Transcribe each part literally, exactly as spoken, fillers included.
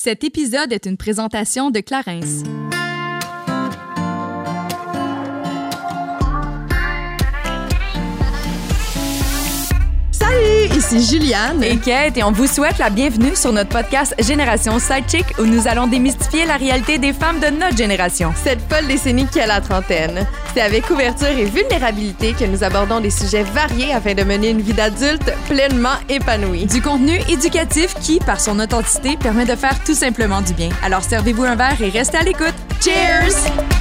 Cet épisode est une présentation de Clarins. Salut, ici Juliane et Kate et on vous souhaite la bienvenue sur notre podcast Génération Sidechick où nous allons démystifier la réalité des femmes de notre génération. Cette folle décennie qui a la trentaine. C'est avec ouverture et vulnérabilité que nous abordons des sujets variés afin de mener une vie d'adulte pleinement épanouie. Du contenu éducatif qui, par son authenticité, permet de faire tout simplement du bien. Alors servez-vous un verre et restez à l'écoute. Cheers!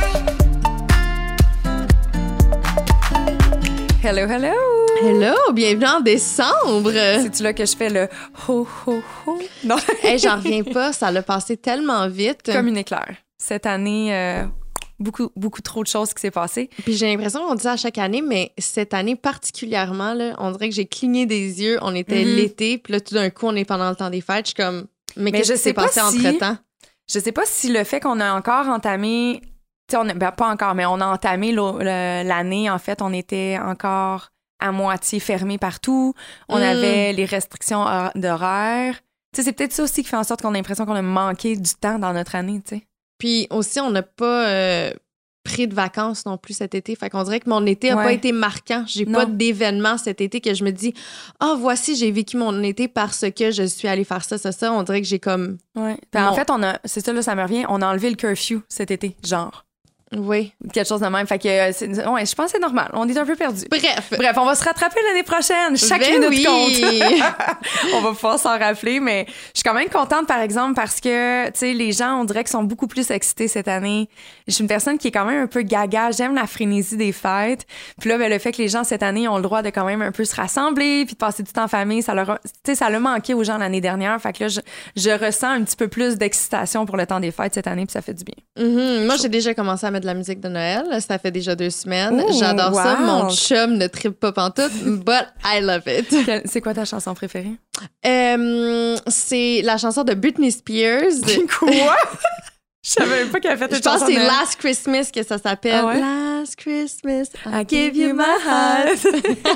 Hello, hello! Hello, bienvenue en décembre! C'est-tu là que je fais le ho, ho, ho? Non. Hey, j'en reviens pas, ça l'a passé tellement vite. Comme une éclair. Cette année, euh, beaucoup, beaucoup trop de choses qui s'est passé. Puis j'ai l'impression qu'on dit ça à chaque année, mais cette année particulièrement, là, on dirait que j'ai cligné des yeux. On était mm-hmm. l'été, puis là, tout d'un coup, on est pendant le temps des fêtes. Je suis comme, mais, mais qu'est-ce qui s'est passé si, entre-temps? Je sais pas si le fait qu'on a encore entamé... On, ben pas encore, mais on a entamé l'année, en fait, on était encore à moitié fermé partout. On mm. avait les restrictions d'horaire. C'est peut-être ça aussi qui fait en sorte qu'on a l'impression qu'on a manqué du temps dans notre année, tu sais. Puis aussi, on n'a pas euh, pris de vacances non plus cet été. Fait qu'on dirait que mon été n'a ouais. pas été marquant. J'ai non. pas d'événement cet été que je me dis « Ah, oh, voici, j'ai vécu mon été parce que je suis allée faire ça, ça, ça. » On dirait que j'ai comme... Ouais. Mon... En fait, on a, c'est ça, là, ça me revient, on a enlevé le curfew cet été, genre. Oui. Quelque chose de même. Fait que, c'est, ouais, je pense que c'est normal. On est un peu perdus. Bref. Bref, on va se rattraper l'année prochaine. Chaque ben minute oui. compte. On va pouvoir s'en rappeler, mais je suis quand même contente, par exemple, parce que, tu sais, les gens, on dirait qu'ils sont beaucoup plus excités cette année. Je suis une personne qui est quand même un peu gaga. J'aime la frénésie des fêtes. Puis là, ben, le fait que les gens, cette année, ont le droit de quand même un peu se rassembler puis de passer du temps en famille, ça leur, tu sais, ça l'a manqué aux gens l'année dernière. Fait que là, je, je ressens un petit peu plus d'excitation pour le temps des fêtes cette année, puis ça fait du bien. Mm-hmm. Moi, j'ai déjà commencé à mettre de la musique de Noël. Ça fait déjà deux semaines. Ooh, J'adore wow. ça. Mon chum ne trippe pas pantoute, but I love it. C'est quoi ta chanson préférée? Euh, c'est la chanson de Britney Spears. Quoi? Je savais même pas qu'elle a fait une chanson. Je pense que c'est Last Christmas que ça s'appelle. Ah ouais? Last Christmas, I, I gave you my heart.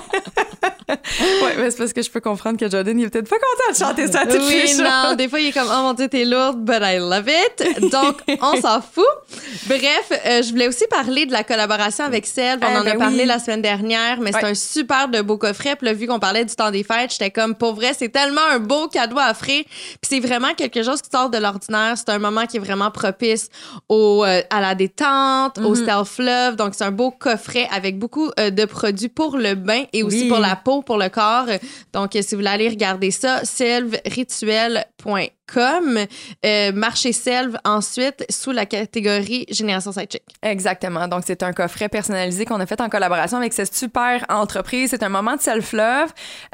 Ouais, mais c'est parce que je peux comprendre que Jordan, il est peut-être pas content de chanter ça à toutes oui, les choses. Oui, non, des fois, il est comme « Oh mon Dieu, t'es lourde, but I love it. » Donc, on s'en fout. Bref, euh, je voulais aussi parler de la collaboration avec Selve. On euh, en ben a parlé oui. la semaine dernière, mais ouais. c'est un super de beau coffret. Puis là, vu qu'on parlait du temps des fêtes, j'étais comme, pour vrai, c'est tellement un beau cadeau à offrir. Puis c'est vraiment quelque chose qui sort de l'ordinaire. C'est un moment qui est vraiment propice au, euh, à la détente, mm-hmm. au self-love. Donc, c'est un beau coffret avec beaucoup euh, de produits pour le bain et aussi oui. pour la peau, pour le corps. Donc, si vous voulez aller regarder ça, selve rituel point com. Euh, marché Selve ensuite sous la catégorie Génération Sidechick. Exactement. Donc, c'est un coffret personnalisé qu'on a fait en collaboration avec cette super entreprise. C'est un moment de self-love.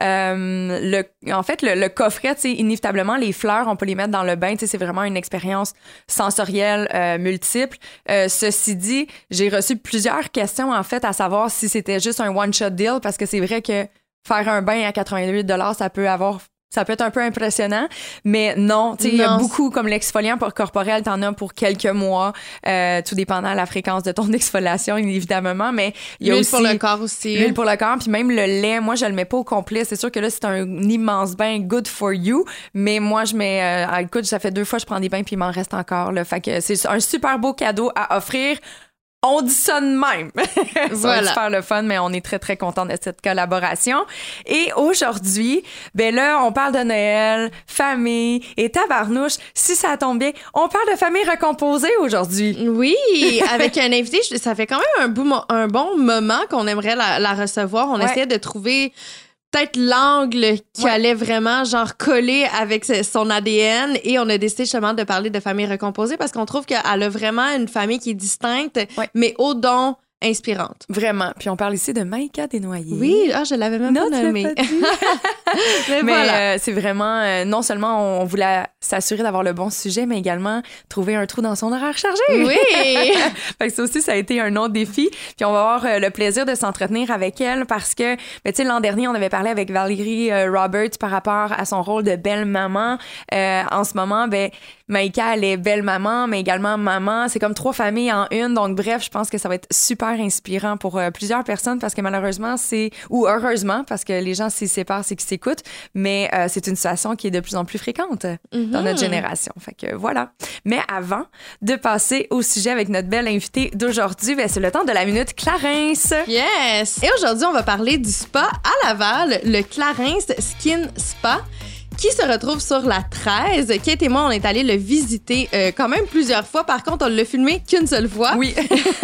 Euh, le, en fait, le, le coffret, tu sais, inévitablement, les fleurs, on peut les mettre dans le bain. Tu sais, c'est vraiment une expérience sensorielle euh, multiple. Euh, ceci dit, j'ai reçu plusieurs questions, en fait, à savoir si c'était juste un one-shot deal parce que c'est vrai que faire un bain à quatre-vingt-huit dollars, ça peut avoir... Ça peut être un peu impressionnant, mais non, tu sais, il y a beaucoup, comme l'exfoliant corporel, t'en as pour quelques mois, euh, tout dépendant de la fréquence de ton exfoliation, évidemment, mais il y a l'huile aussi... pour le corps aussi. L'huile pour le corps, puis même le lait, moi, je le mets pas au complet. C'est sûr que là, c'est un immense bain good for you, mais moi, je mets... Euh, écoute, ça fait deux fois que je prends des bains, puis il m'en reste encore, là. Fait que c'est un super beau cadeau à offrir. On dit ça de même. Ça voilà. va super le fun, mais on est très, très contents de cette collaboration. Et aujourd'hui, ben là, on parle de Noël, famille et tabarnouche. Si ça tombe bien, on parle de famille recomposée aujourd'hui. Oui, avec un invité, ça fait quand même un, bout, un bon moment qu'on aimerait la, la recevoir. On ouais. essayait de trouver... peut-être l'angle qui ouais. allait vraiment genre coller avec son A D N et on a décidé justement de parler de famille recomposée parce qu'on trouve qu'elle a vraiment une famille qui est distincte ouais. mais aux dons inspirante. Vraiment. Puis on parle ici de Maïka Desnoyers. Oui, ah, je l'avais même non, pas nommée. mais mais voilà. euh, c'est vraiment, euh, non seulement on voulait s'assurer d'avoir le bon sujet, mais également trouver un trou dans son horaire chargé. Oui! Fait que ça aussi, ça a été un autre défi. Puis on va avoir euh, le plaisir de s'entretenir avec elle parce que, ben, tu sais, l'an dernier, on avait parlé avec Valérie euh, Roberts par rapport à son rôle de belle-maman. Euh, en ce moment, ben, Maïka, elle est belle-maman, mais également maman. C'est comme trois familles en une. Donc, bref, je pense que ça va être super inspirant pour euh, plusieurs personnes parce que malheureusement, c'est, ou heureusement, parce que les gens s'ils se séparent, c'est qu'ils s'écoutent, mais euh, c'est une situation qui est de plus en plus fréquente mm-hmm. dans notre génération. Fait que voilà. Mais avant de passer au sujet avec notre belle invitée d'aujourd'hui, ben, c'est le temps de la minute Clarins. Yes! Et aujourd'hui, on va parler du spa à Laval, le Clarins Skin Spa, qui se retrouve sur la treize. Kate et moi, on est allés le visiter euh, quand même plusieurs fois. Par contre, on l'a filmé qu'une seule fois. Oui.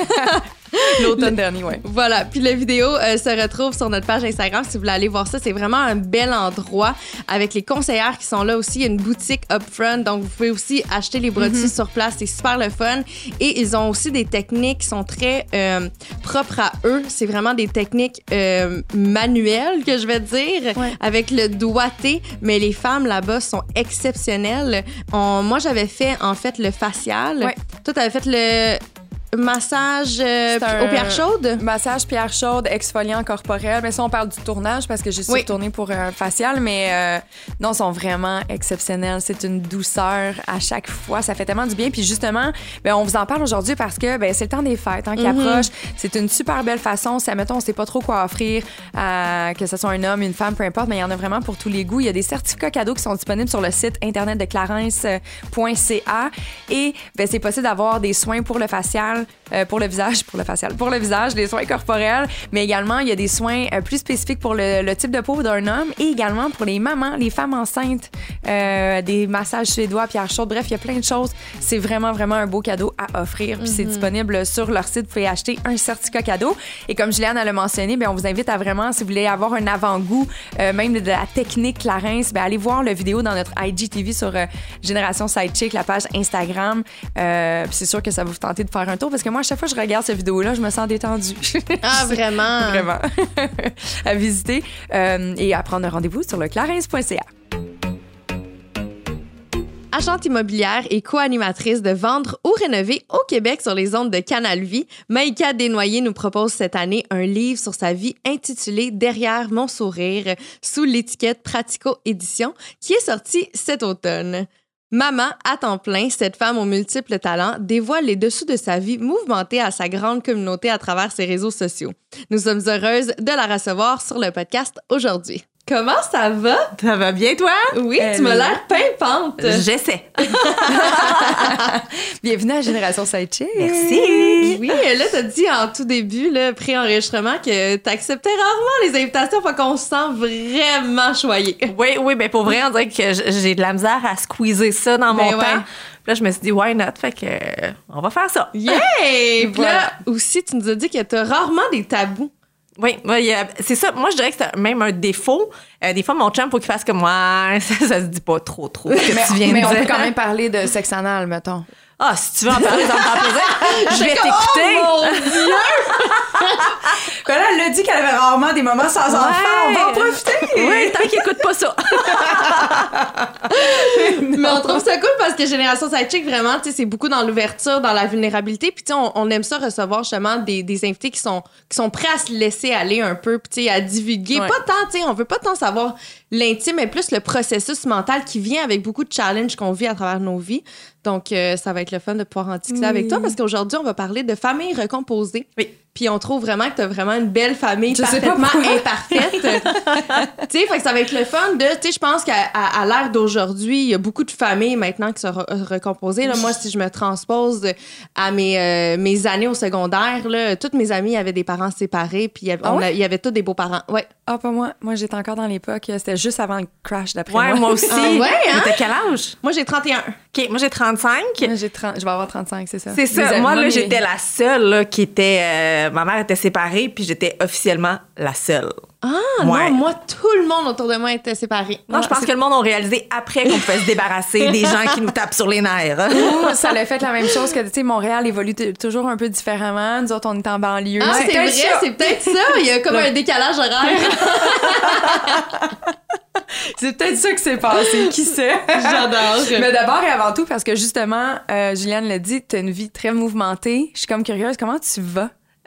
L'automne dernier, oui. Voilà. Puis la vidéo euh, se retrouve sur notre page Instagram si vous voulez aller voir ça. C'est vraiment un bel endroit avec les conseillères qui sont là aussi. Il y a une boutique up front, donc vous pouvez aussi acheter les produits mm-hmm. sur place. C'est super le fun. Et ils ont aussi des techniques qui sont très euh, propres à eux. C'est vraiment des techniques euh, manuelles, que je vais dire, ouais. avec le doigté. Mais les femmes là-bas sont exceptionnelles. On, moi, j'avais fait, en fait, le facial. Ouais. Toi, t'avais fait le... Massage euh, aux pierres chaudes? Massage pierre chaude, exfoliant corporel. Mais ça, on parle du tournage parce que j'ai su oui. tourner pour un facial. Mais euh, non, ils sont vraiment exceptionnels. C'est une douceur à chaque fois. Ça fait tellement du bien. Puis justement, ben, on vous en parle aujourd'hui parce que ben, c'est le temps des fêtes hein, qui mm-hmm. approche. C'est une super belle façon. Si, admettons, on sait pas trop quoi offrir, euh, que ce soit un homme, une femme, peu importe, mais il y en a vraiment pour tous les goûts. Il y a des certificats cadeaux qui sont disponibles sur le site internet de clarins point c a. Et ben, c'est possible d'avoir des soins pour le facial, Euh, pour le visage, pour le facial, pour le visage, des soins corporels, mais également, il y a des soins euh, plus spécifiques pour le, le type de peau d'un homme et également pour les mamans, les femmes enceintes, euh, des massages suédois, pierre chaude, bref, il y a plein de choses. C'est vraiment, vraiment un beau cadeau à offrir. Puis mm-hmm. c'est disponible sur leur site. Vous pouvez acheter un certificat cadeau. Et comme Juliane l'a mentionné, bien, on vous invite à vraiment, si vous voulez avoir un avant-goût, euh, même de la technique Clarins, bien, allez voir la vidéo dans notre I G T V sur euh, Génération Sidechick, la page Instagram. Euh, puis c'est sûr que ça va vous tenter de faire un tour parce que moi, à chaque fois que je regarde cette vidéo-là, je me sens détendue. Ah, vraiment? Vraiment. À visiter euh, et à prendre un rendez-vous sur le clarins point c a. Agente immobilière et co-animatrice de Vendre ou rénover au Québec sur les ondes de Canal Vie, Maïka Desnoyers nous propose cette année un livre sur sa vie intitulé Derrière mon sourire, sous l'étiquette Pratico Édition, qui est sorti cet automne. Maman, à temps plein, cette femme aux multiples talents dévoile les dessous de sa vie mouvementée à sa grande communauté à travers ses réseaux sociaux. Nous sommes heureuses de la recevoir sur le podcast aujourd'hui. Comment ça va? Ça va bien, toi? Oui, Elle... tu m'as l'air pimpante. J'essaie. Bienvenue à Génération Sidechick. Merci. Oui, là, t'as dit en tout début, là, pré-enregistrement, que t'acceptais rarement les invitations, fait qu'on se sent vraiment choyé. Oui, oui, ben pour vrai, on dirait que j'ai de la misère à squeezer ça dans mon ben ouais. temps. Puis là, je me suis dit, why not? Fait que, euh, on va faire ça. Yeah! Puis voilà. Là, aussi, tu nous as dit que t'as rarement des tabous. Oui, oui, c'est ça. Moi, je dirais que c'est même un défaut. Euh, des fois, mon chum, faut qu'il fasse comme moi. Ça, ça se dit pas trop, trop. Ce que mais tu viens mais de on dire. peut quand même parler de sexe anal, mettons. Ah, si tu veux en parler, ça me fait plaisir. Je vais t'écouter. Oh mon Dieu! Voilà, elle l'a dit qu'elle avait rarement des moments sans ouais. enfants. On va en profiter. Oui, tant qu'il écoute pas ça. Mais on trouve ça cool parce que Génération Sidechick, vraiment, tu sais, c'est beaucoup dans l'ouverture, dans la vulnérabilité. Puis, tu sais, on, on aime ça recevoir justement des, des invités qui sont, qui sont prêts à se laisser aller un peu, puis, tu sais, à divulguer. Ouais. Pas tant, tu sais, on veut pas tant savoir l'intime, mais plus le processus mental qui vient avec beaucoup de challenges qu'on vit à travers nos vies. Donc, euh, ça va être le fun de pouvoir en discuter mmh. avec toi parce qu'aujourd'hui, on va parler de famille recomposée. Oui. Puis on trouve vraiment que tu as vraiment une belle famille je parfaitement imparfaite. Tu sais, fait que ça va être le fun de... Tu sais, je pense qu'à à, à l'ère d'aujourd'hui, il y a beaucoup de familles maintenant qui sont re- recomposées. Là, moi, si je me transpose à mes, euh, mes années au secondaire, là, toutes mes amies avaient des parents séparés puis il y avait, ah ouais? y avait tous des beaux-parents. Ouais. Ah, pas moi. Moi, j'étais encore dans l'époque. C'était juste avant le crash, d'après ouais, moi. Ouais, moi aussi. Ah, ouais, hein? T'as quel âge? Moi, j'ai trente et un. OK, moi, j'ai trente-cinq. Moi, j'ai trente, je vais avoir trente-cinq, c'est ça. C'est ça. Moi, moi, là, j'étais la seule là, qui était... Euh, ma mère était séparée, puis j'étais officiellement la seule. Ah, ouais. Non, moi, tout le monde autour de moi était séparé. Non, ah, je pense c'est... que le monde a réalisé après qu'on pouvait se débarrasser des gens qui nous tapent sur les nerfs. Ouh, ça l'a fait la même chose que, tu sais, Montréal évolue t- toujours un peu différemment. Nous autres, on est en banlieue. Ah, c'est, c'est vrai, ça. C'est peut-être ça. Il y a comme un décalage horaire. C'est peut-être ça qui s'est passé. Qui sait? J'adore. Mais d'abord et avant tout, parce que justement, euh, Juliane l'a dit, t'as une vie très mouvementée. Je suis comme curieuse, comment tu vas?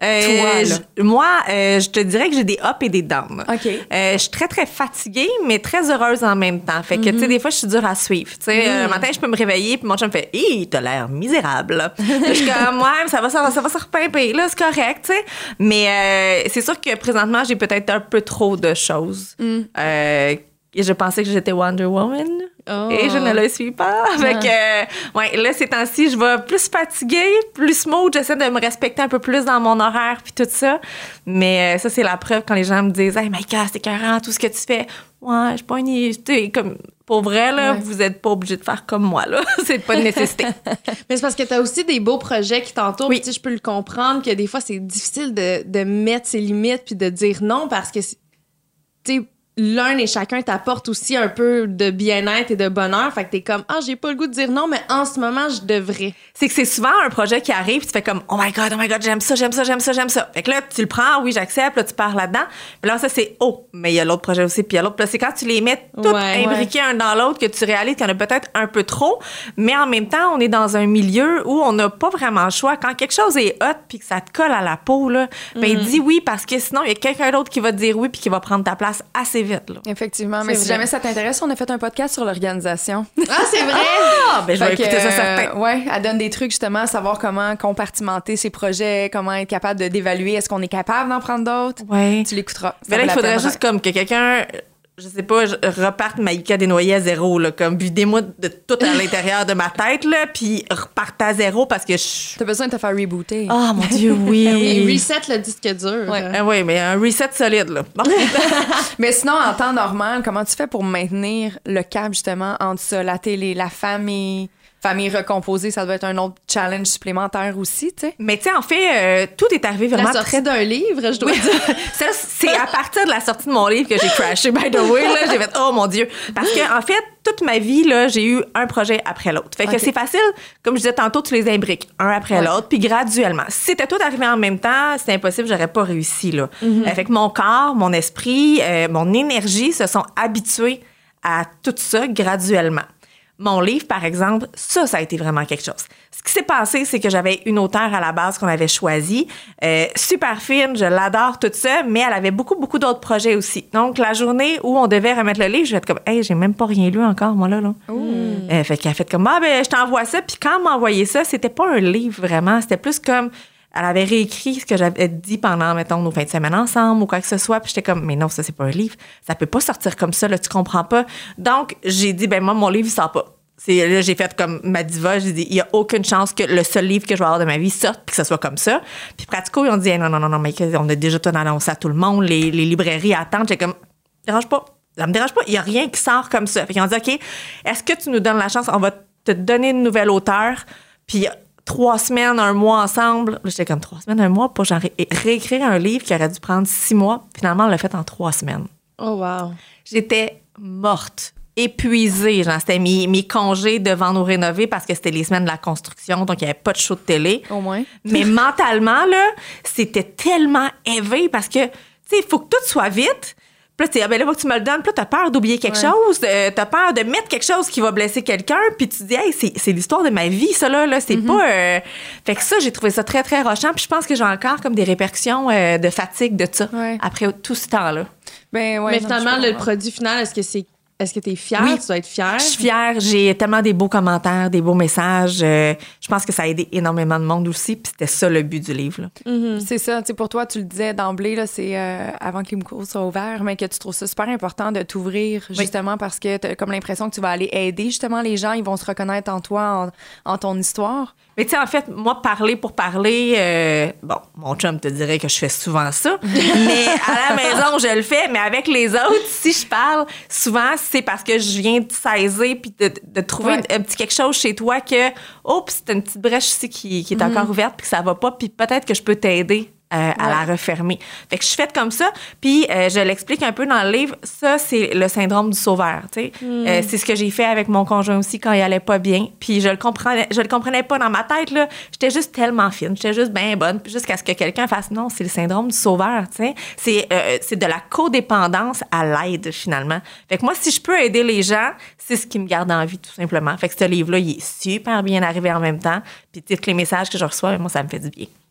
Euh, Toi, là. je- moi, euh, je te dirais que j'ai des ups et des downs. OK. Euh, je suis très, très fatiguée, mais très heureuse en même temps. Fait que, tu sais, des fois, je suis dure à suivre. Tu sais, euh, le matin, je peux me réveiller, puis mon chum me fait « Hé, t'as l'air misérable. » Je suis comme « Ouais, ça va, ça va, ça va se repimper, là, c'est correct, tu sais. » Mais euh, c'est sûr que présentement, j'ai peut-être un peu trop de choses. Mm. Euh, je pensais que j'étais Wonder Woman. Oh. Et je ne le suis pas. Fait que, euh, ouais, là, ces temps-ci, je vais plus fatiguée, plus smooth. J'essaie de me respecter un peu plus dans mon horaire puis tout ça. Mais euh, ça, c'est la preuve quand les gens me disent « Hey, Maïka, c'est écœurant, tout ce que tu fais. » Ouais, je suis pas une... Comme, pour vrai, là, ouais. Vous êtes pas obligé de faire comme moi, là. C'est pas de nécessité. Mais c'est parce que t'as aussi des beaux projets qui t'entourent. Oui. Tu sais, je peux le comprendre que des fois, c'est difficile de, de mettre ses limites puis de dire non parce que, tu sais, l'un et chacun t'apporte aussi un peu de bien-être et de bonheur. Fait que t'es comme, ah, j'ai pas le goût de dire non, mais en ce moment, je devrais. C'est que c'est souvent un projet qui arrive, tu fais comme, oh my God, oh my God, j'aime ça, j'aime ça, j'aime ça, j'aime ça. Fait que là, tu le prends, oui, j'accepte, là, tu pars là-dedans. Puis là, ça, c'est, oh, mais il y a l'autre projet aussi, puis il y a l'autre. Puis là, c'est quand tu les mets tous ouais, imbriqués ouais. un dans l'autre que tu réalises qu'il y en a peut-être un peu trop. Mais en même temps, on est dans un milieu où on n'a pas vraiment le choix. Quand quelque chose est hot puis que ça te colle à la peau, là, ben, mm. dis oui, parce que sinon, il y a quelqu'un d'autre qui va te dire oui puis qui va prendre ta place assez vite, là. Effectivement. Mais si jamais ça t'intéresse, on a fait un podcast sur l'organisation. Ah, c'est vrai? Ah, ben je vais écouter ça certain. Euh, ouais, elle donne des trucs justement à savoir comment compartimenter ses projets, comment être capable de d'évaluer, est-ce qu'on est capable d'en prendre d'autres? Ouais. Tu l'écouteras. Mais là, il faudrait juste comme que quelqu'un, je sais pas, je reparte Maïka dénoyée à zéro, là, comme videz-moi de tout à l'intérieur de ma tête, là, puis reparte à zéro parce que je... T'as besoin de te faire rebooter. Oh mon Dieu, oui. oui. Reset le disque dur. Ouais. Euh, oui, mais un reset solide, là. Bon. Mais sinon, en temps normal, comment tu fais pour maintenir le cap, justement, entre ça, la télé, la famille... Famille recomposée, ça doit être un autre challenge supplémentaire aussi, tu sais. Mais tu sais, en fait, euh, tout est arrivé vraiment la sortie très... d'un livre, je dois oui. dire. Ça, c'est à partir de la sortie de mon livre que j'ai crashé, by the way, là. J'ai fait, oh mon Dieu. Parce que, en fait, toute ma vie, là, j'ai eu un projet après l'autre. Fait que okay. c'est facile, comme je disais tantôt, tu les imbriques un après ouais. l'autre, puis graduellement. Si c'était tout arrivé en même temps, c'était impossible, j'aurais pas réussi, là. Mm-hmm. Euh, fait que mon corps, mon esprit, euh, mon énergie se sont habitués à tout ça graduellement. Mon livre, par exemple, ça, ça a été vraiment quelque chose. Ce qui s'est passé, c'est que j'avais une auteure à la base qu'on avait choisie, euh, super fine, je l'adore toute ça, mais elle avait beaucoup, beaucoup d'autres projets aussi. Donc, la journée où on devait remettre le livre, je vais être comme, hey, j'ai même pas rien lu encore, moi, là. là. Euh, fait qu'elle a fait comme, ah, ben, je t'envoie ça. Puis quand elle m'a envoyé ça, c'était pas un livre vraiment, c'était plus comme... Elle avait réécrit ce que j'avais dit pendant, mettons, nos fins de semaine ensemble ou quoi que ce soit. Puis j'étais comme, mais non, ça, c'est pas un livre. Ça peut pas sortir comme ça, là, tu comprends pas. Donc, j'ai dit, ben moi, mon livre, il sort pas. C'est, là, j'ai fait comme ma diva. J'ai dit, il y a aucune chance que le seul livre que je vais avoir de ma vie sorte puis que ça soit comme ça. Puis Pratico, ils ont dit, hey, non, non, non, non, mais on a déjà tout annoncé à tout le monde. Les, les librairies attendent. J'ai comme, dérange pas. Ça me dérange pas. Il y a rien qui sort comme ça. Fait qu'ils ont dit, OK, est-ce que tu nous donnes la chance? On va te donner une nouvelle auteure. Puis, trois semaines, un mois ensemble. J'étais comme trois semaines, un mois pour genre ré- réécrire un livre qui aurait dû prendre six mois. Finalement, on l'a fait en trois semaines. Oh, wow. J'étais morte, épuisée. Genre, c'était mes, mes congés devant nous rénover parce que c'était les semaines de la construction, donc il n'y avait pas de show de télé. Au moins. Mais mentalement, là, c'était tellement élevé parce que, tu sais, il faut que tout soit vite. Puis là, tu dis, ah ben là, faut que tu me le donnes. Puis là, t'as peur d'oublier quelque ouais. chose. Euh, t'as peur de mettre quelque chose qui va blesser quelqu'un. Puis tu te dis, hey, c'est, c'est l'histoire de ma vie, ça, là. là c'est mm-hmm. pas. Euh... Fait que ça, j'ai trouvé ça très, très rochant. Puis je pense que j'ai encore comme des répercussions euh, de fatigue de ça ouais. après tout ce temps-là. Ben, ouais, Mais non, finalement, le pas. produit final, est-ce que c'est. Est-ce que tu es fière? Oui. Tu dois être fière? Je suis fière. J'ai tellement des beaux commentaires, des beaux messages. Euh, je pense que ça a aidé énormément de monde aussi. Puis c'était ça le but du livre. Là. Mm-hmm. C'est ça. Tu sais, pour toi, tu le disais d'emblée, là, c'est euh, avant que les micros soient ouverts, mais que tu trouves ça super important de t'ouvrir justement oui. parce que tu as comme l'impression que tu vas aller aider justement les gens. Ils vont se reconnaître en toi, en, en ton histoire. Mais tu sais, en fait, moi, parler pour parler, euh, bon, mon chum te dirait que je fais souvent ça, mais à la maison, je le fais, mais avec les autres, si je parle, souvent, c'est parce que je viens de saisir puis de, de trouver ouais. un petit quelque chose chez toi que, oh, puis c'est une petite brèche ici qui, qui est mm-hmm. encore ouverte puis que ça va pas, puis peut-être que je peux t'aider. Euh, à ouais. la refermer. Fait que je suis faite comme ça. Puis euh, je l'explique un peu dans le livre. Ça, c'est le syndrome du sauveur. Tu sais, mm. euh, c'est ce que j'ai fait avec mon conjoint aussi quand il allait pas bien. Puis je le comprenais, je le comprenais pas dans ma tête là. J'étais juste tellement fine. J'étais juste bien bonne. Puis jusqu'à ce que quelqu'un fasse non, c'est le syndrome du sauveur. Tu sais, c'est euh, c'est de la codépendance à l'aide finalement. Fait que moi, si je peux aider les gens, c'est ce qui me garde en vie tout simplement. Fait que ce livre-là, il est super bien arrivé en même temps. Puis tous les messages que je reçois, moi, ça me fait du bien.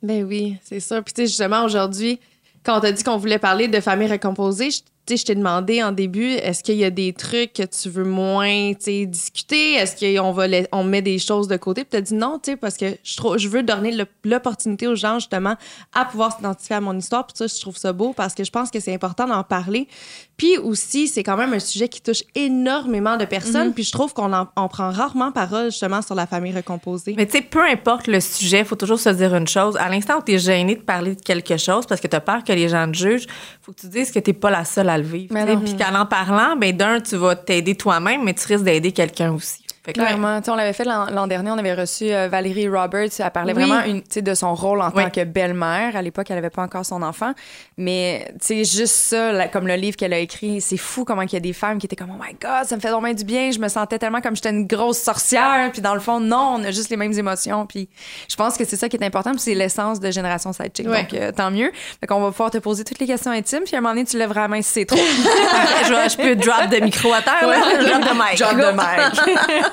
Ben oui, c'est sûr. Puis tu sais, justement, aujourd'hui, quand on t'a dit qu'on voulait parler de famille recomposée, je Tu sais, je t'ai demandé en début, est-ce qu'il y a des trucs que tu veux moins, tu sais, discuter? Est-ce qu'on va la- on met des choses de côté? Puis t'as dit non, tu sais, parce que je, trouve, je veux donner le- l'opportunité aux gens, justement, à pouvoir s'identifier à mon histoire. Puis ça, je trouve ça beau parce que je pense que c'est important d'en parler. Puis aussi, c'est quand même un sujet qui touche énormément de personnes. Mm-hmm. Puis je trouve qu'on en, on prend rarement parole, justement, sur la famille recomposée. Mais tu sais, peu importe le sujet, il faut toujours se dire une chose. À l'instant où tu es gêné de parler de quelque chose parce que tu as peur que les gens te jugent, il faut que tu dises que tu n'es pas la seule à le vivre. Puis qu'en en parlant, ben d'un, tu vas t'aider toi-même, mais tu risques d'aider quelqu'un aussi. Fait clairement, ouais. On l'avait fait l'an, l'an dernier, on avait reçu euh, Valérie Roberts. Elle parlait oui. vraiment une, de son rôle en oui. tant que belle-mère. À l'époque, elle n'avait pas encore son enfant. Mais juste ça, là, comme le livre qu'elle a écrit, c'est fou comment il y a des femmes qui étaient comme « Oh my God, ça me fait vraiment du bien. » Je me sentais tellement comme j'étais une grosse sorcière. Puis dans le fond, non, on a juste les mêmes émotions. Puis je pense que c'est ça qui est important. Puis c'est l'essence de Génération Sidechick. Ouais. Donc euh, tant mieux. Fait qu'on va pouvoir te poser toutes les questions intimes. Puis à un moment donné, tu lèveras la main si c'est trop. je, je peux drop de micro à terre. Ouais. Drop de mic. Drop de mic.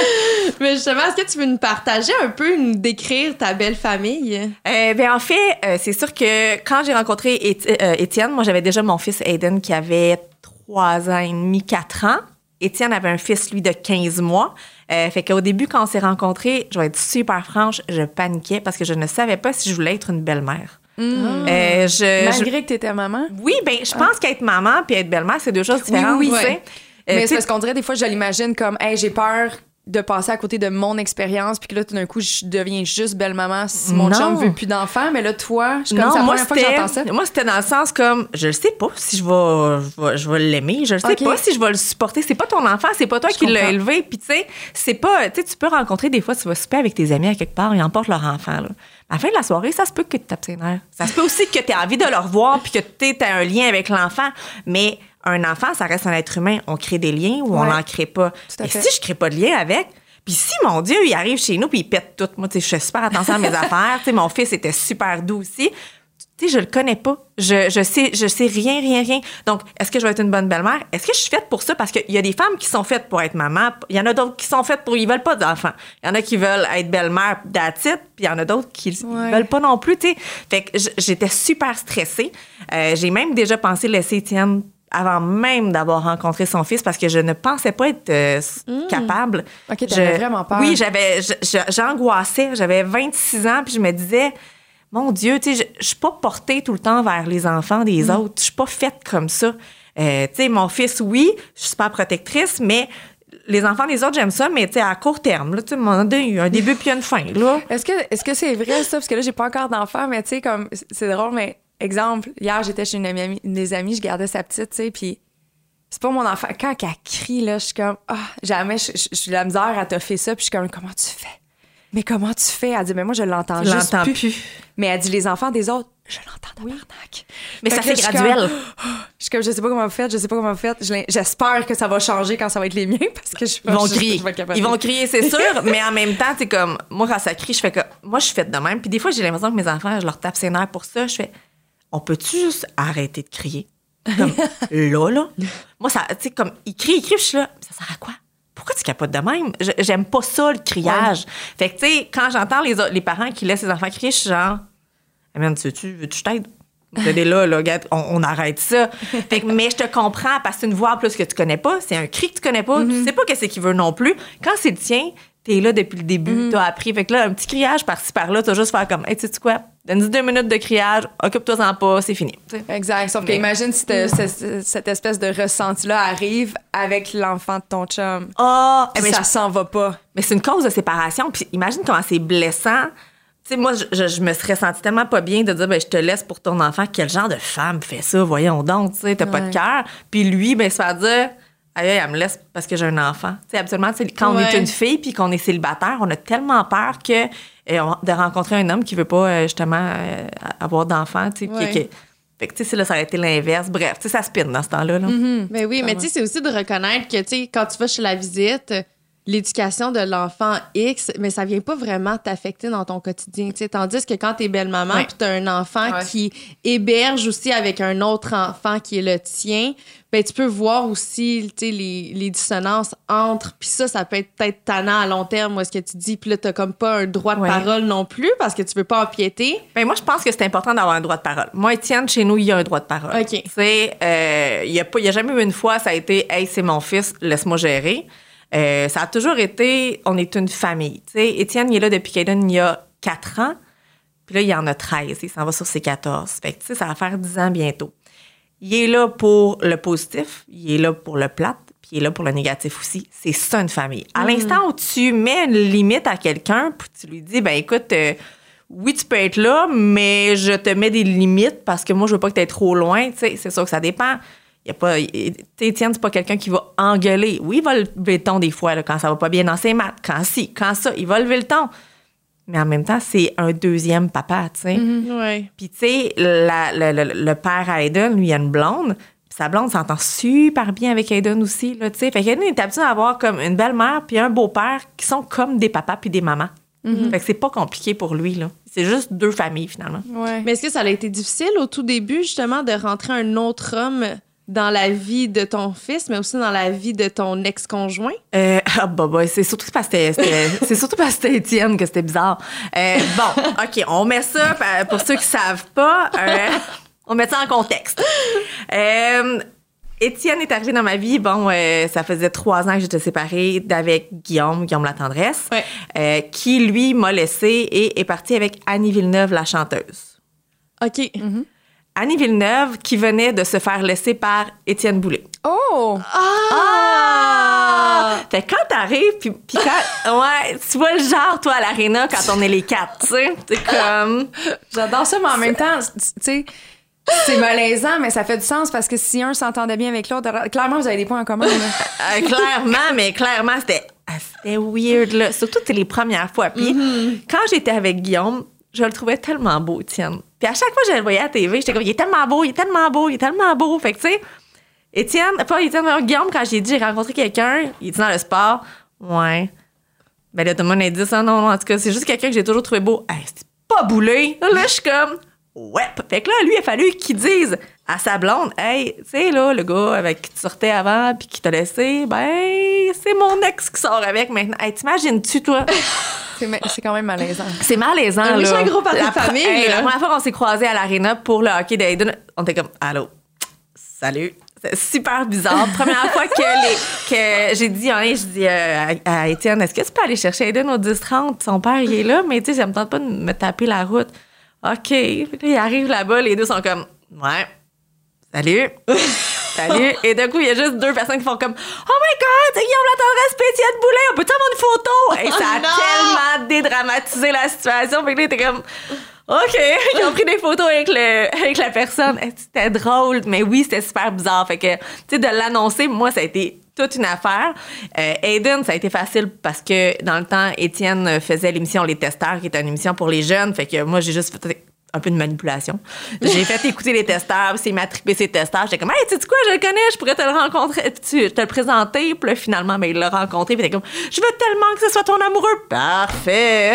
Mais justement, est-ce que tu veux nous partager un peu, nous décrire ta belle famille? Euh, ben en fait, euh, c'est sûr que quand j'ai rencontré Éti- euh, Étienne, moi j'avais déjà mon fils Aiden qui avait trois ans et demi, quatre ans. Étienne avait un fils, lui, de quinze mois. Euh, fait qu'au début, quand on s'est rencontrés, je vais être super franche, je paniquais parce que je ne savais pas si je voulais être une belle-mère. Mmh. Euh, je, Malgré je... que tu étais maman? Oui, ben je pense ah. qu'être maman puis être belle-mère, c'est deux choses différentes. Oui, oui, oui. Ouais. Euh, Mais c'est parce qu'on dirait des fois, je l'imagine comme hey, j'ai peur de passer à côté de mon expérience puis que là tout d'un coup je deviens juste belle maman si mon non. chum veut plus d'enfants, mais là toi je suis comme non, ça la moi, première fois que j'entends ça. Moi c'était dans le sens comme je sais pas si je vais je vais, je vais l'aimer, je sais okay. pas si je vais le supporter, c'est pas ton enfant, c'est pas toi je qui comprends. L'as élevé puis tu sais c'est pas tu sais tu peux rencontrer des fois tu vas souper avec tes amis à quelque part, ils emportent leur enfant là. À la fin de la soirée, ça se peut que tu tapes ses nerfs. Ça se peut aussi que tu aies envie de le revoir puis que tu aies un lien avec l'enfant, mais un enfant ça reste un être humain, on crée des liens ou ouais. on n'en crée pas. Et si je crée pas de lien avec. Puis si, mon Dieu, il arrive chez nous puis il pète tout. Moi, tu sais, je fais super attention à mes affaires. Tu sais, mon fils était super doux aussi. Tu sais, je le connais pas. Je, je sais, je sais rien, rien, rien. Donc, est-ce que je vais être une bonne belle-mère? Est-ce que je suis faite pour ça? Parce qu'il y a des femmes qui sont faites pour être maman. Il y en a d'autres qui sont faites pour... Ils veulent pas d'enfants. Il y en a qui veulent être belle-mère that's it, puis il y en a d'autres qui ouais. veulent pas non plus, tu sais. Fait que j'étais super stressée. Euh, j'ai même déjà pensé laisser Étienne avant même d'avoir rencontré son fils parce que je ne pensais pas être euh, mmh. capable. OK, t'avais je, vraiment peur. Oui, j'avais, je, je, j'angoissais. J'avais vingt-six ans puis je me disais, mon Dieu, tu sais, je, je suis pas portée tout le temps vers les enfants des mmh. autres. Je suis pas faite comme ça. Euh, tu sais, mon fils, oui, je suis super protectrice, mais les enfants des autres, j'aime ça, mais tu sais, à court terme, là, tu sais, il y a un début puis une fin, là. Est-ce que, est-ce que c'est vrai, ça? Parce que là, j'ai pas encore d'enfant, mais tu sais, comme, c'est drôle, mais exemple, hier, j'étais chez une, amie, une des amies, je gardais sa petite, tu sais, puis c'est pas mon enfant. Quand elle crie, là, je suis comme, ah, oh, jamais, je suis la misère à te faire ça, puis je suis comme, comment tu fais? Mais comment tu fais? Elle dit, mais moi, je l'entends je juste l'entends plus. plus. Mais elle dit, les enfants des autres, je l'entends de barnac. Oui. Mais fait ça fait graduel. Comme, oh, je suis comme, je sais pas comment vous faites, je sais pas comment vous faites. J'espère que ça va changer quand ça va être les miens, parce que je Ils vont je, crier. Je, je Ils vont crier, c'est sûr, mais en même temps, c'est comme, moi, quand ça crie, je fais que, moi, je suis faite de même. Puis des fois, j'ai l'impression que mes enfants, je leur tape ses nerfs pour ça. Je fais, on peut-tu juste arrêter de crier? Comme, là, là. Moi, ça, tu sais, comme, ils crient, ils crient, je suis là, ça sert à quoi? Pourquoi tu capotes de même? Je, j'aime pas ça, le criage. Ouais. Fait que, tu sais, quand j'entends les, les parents qui laissent les enfants crier, je suis genre, hey man, tu veux-tu, veux-tu je t'aide? T'es là, là, regarde, on, on arrête ça. Fait que, mais je te comprends parce que c'est une voix en plus que tu connais pas, c'est un cri que tu connais pas, mm-hmm. tu sais pas qu'est-ce qu'il veut non plus. Quand c'est le tien, t'es là depuis le début, mm-hmm. t'as appris. Fait que là, un petit criage par-ci, par-là, t'as juste faire comme, hey, tu sais quoi? Donne-y deux minutes de criage, occupe-toi-en pas, c'est fini. T'sais. Exact. Sauf mais... qu'imagine si cette, cette espèce de ressenti-là arrive avec l'enfant de ton chum. Ah! Oh, mais ça je... s'en va pas. Mais c'est une cause de séparation. Puis imagine comment c'est blessant. Tu sais, moi, je, je, je me serais sentie tellement pas bien de dire, ben, je te laisse pour ton enfant. Quel genre de femme fait ça? Voyons donc, tu sais, t'as ouais. pas de cœur. Puis lui, ben, se faire dire, aïe, elle me laisse parce que j'ai un enfant. Tu sais, habituellement, quand ouais. on est une fille puis qu'on est célibataire, on a tellement peur que euh, de rencontrer un homme qui veut pas, euh, justement, euh, avoir d'enfant, tu sais, ouais. qui, qui, fait que, tu sais, là, ça aurait été l'inverse. Bref, tu sais, ça spinne dans ce temps-là. Là. Mm-hmm. Ben oui, mais tu sais, c'est aussi de reconnaître que, tu sais, quand tu vas chez la visite, l'éducation de l'enfant X, mais ça vient pas vraiment t'affecter dans ton quotidien. T'sais. Tandis que quand t'es belle-maman Ouais. puis t'as un enfant Ouais. qui héberge aussi avec un autre enfant qui est le tien, ben tu peux voir aussi les, les dissonances entre... Puis ça, ça peut être peut-être tannant à long terme, moi, ce que tu dis. Puis là, t'as comme pas un droit de Ouais. parole non plus parce que tu veux pas empiéter. Ben moi, je pense que c'est important d'avoir un droit de parole. Moi, Étienne, chez nous, il y a un droit de parole. OK. Tu sais, euh, il y a pas, il y a jamais eu une fois, ça a été, hey, c'est mon fils, laisse-moi gérer. Euh, ça a toujours été, on est une famille. Tu sais, Étienne, il est là depuis qu'Aiden, il y a quatre ans. Puis là, il y en a treize. Il s'en va sur ses quatorze. Fait que, tu sais, ça va faire dix ans bientôt. Il est là pour le positif, il est là pour le plate, puis il est là pour le négatif aussi. C'est ça, une famille. À l'instant où tu mets une limite à quelqu'un, puis tu lui dis, ben écoute, euh, oui, tu peux être là, mais je te mets des limites parce que moi, je veux pas que tu ailles trop loin. Tu sais, c'est sûr que ça dépend. Il y a pas, Étienne, c'est pas quelqu'un qui va engueuler. Oui, il va lever le ton des fois, là, quand ça va pas bien dans ses maths. Quand si, quand ça, il va lever le ton. Mais en même temps, c'est un deuxième papa, tu sais. Mm-hmm. Ouais. Puis, tu sais, la- la- la- le père à Aiden, lui, il a une blonde. Puis sa blonde s'entend super bien avec Aiden aussi, là, tu sais. Fait qu'Aiden est habitué à avoir comme une belle-mère puis un beau-père qui sont comme des papas puis des mamans. Mm-hmm. Fait que c'est pas compliqué pour lui, là. C'est juste deux familles, finalement. Ouais. Mais est-ce que ça a été difficile au tout début, justement, de rentrer un autre homme dans la vie de ton fils, mais aussi dans la vie de ton ex-conjoint? Euh, ah, bah, bah, c'est surtout parce que c'était, c'était- c'est surtout parce que c'était Étienne que c'était bizarre. Euh, bon, OK, on met ça, pa- pour ceux qui savent pas, euh, on met ça en contexte. Euh, Étienne est arrivé dans ma vie, bon, euh, ça faisait trois ans que j'étais séparée d'avec Guillaume, Guillaume La Tendresse, Ouais. euh, qui, lui, m'a laissé et est parti avec Annie Villeneuve, la chanteuse. OK. Annie Villeneuve, qui venait de se faire laisser par Étienne Boulay. Oh! Ah! Fait que quand t'arrives, puis, puis quand... Ouais, tu vois le genre, toi, à l'aréna, quand on est les quatre, tu sais. C'est comme... J'adore ça, mais en même temps, tu sais, c'est malaisant, mais ça fait du sens parce que si un s'entendait bien avec l'autre, clairement, vous avez des points en commun. Là. Euh, clairement, mais clairement, c'était... ah, c'était weird, là. Surtout, c'était les premières fois. Puis quand j'étais avec Guillaume, je le trouvais tellement beau, Étienne. Puis à chaque fois que je le voyais à la T V, j'étais comme, il est tellement beau, il est tellement beau, il est tellement beau. Fait que, tu sais, Étienne, pas Étienne, mais Guillaume, quand j'ai dit, j'ai rencontré quelqu'un, il était dans le sport. Ouais. Ben là, tout le monde a dit ça. Non, non, en tout cas, c'est juste quelqu'un que j'ai toujours trouvé beau. Hey, c'est pas Boulay. Là, je suis comme, ouais. Fait que là, lui, il a fallu qu'il dise à sa blonde, hey, tu sais, là, le gars avec qui tu sortais avant puis qui t'a laissé, ben, c'est mon ex qui sort avec maintenant. Hey, t'imagines-tu, toi? C'est, ma- c'est quand même malaisant. C'est malaisant, Un là. méchant gros party de La pre- famille, hey, là. la première fois qu'on s'est croisés à l'aréna pour le hockey d'Aiden, on était comme, allô, salut. C'est super bizarre. Première fois que, les, que j'ai dit, hein, je dis euh, à, à Étienne, est-ce que tu peux aller chercher Aiden au dix trente? Son père, il est là, mais tu sais, ça me tente pas de me taper la route. OK. Puis là, il arrive là-bas, les deux sont comme, ouais, salut. Salut. Et d'un coup, il y a juste deux personnes qui font comme, oh my God, c'est Guillaume La Tendresse, puis Étienne Boulay, on peut-tu avoir une photo? Et ça a Oh non! tellement dédramatisé la situation. Fait que là, t'es comme, OK. Ils ont pris des photos avec, le, avec la personne. Et c'était drôle, mais oui, c'était super bizarre. Fait que, tu sais, de l'annoncer, moi, ça a été toute une affaire. Euh, Aiden, ça a été facile parce que dans le temps, Étienne faisait l'émission Les Testeurs, qui est une émission pour les jeunes. Fait que moi, j'ai juste fait un peu de manipulation. J'ai fait écouter les testeurs, puis c'est m'a trippé ses testeurs. J'étais comme, hey, tu sais quoi, je le connais, je pourrais te le rencontrer, tu, te le présenter. Puis là, finalement, ben, il l'a rencontré, puis t'es comme, je veux tellement que ce soit ton amoureux. Parfait.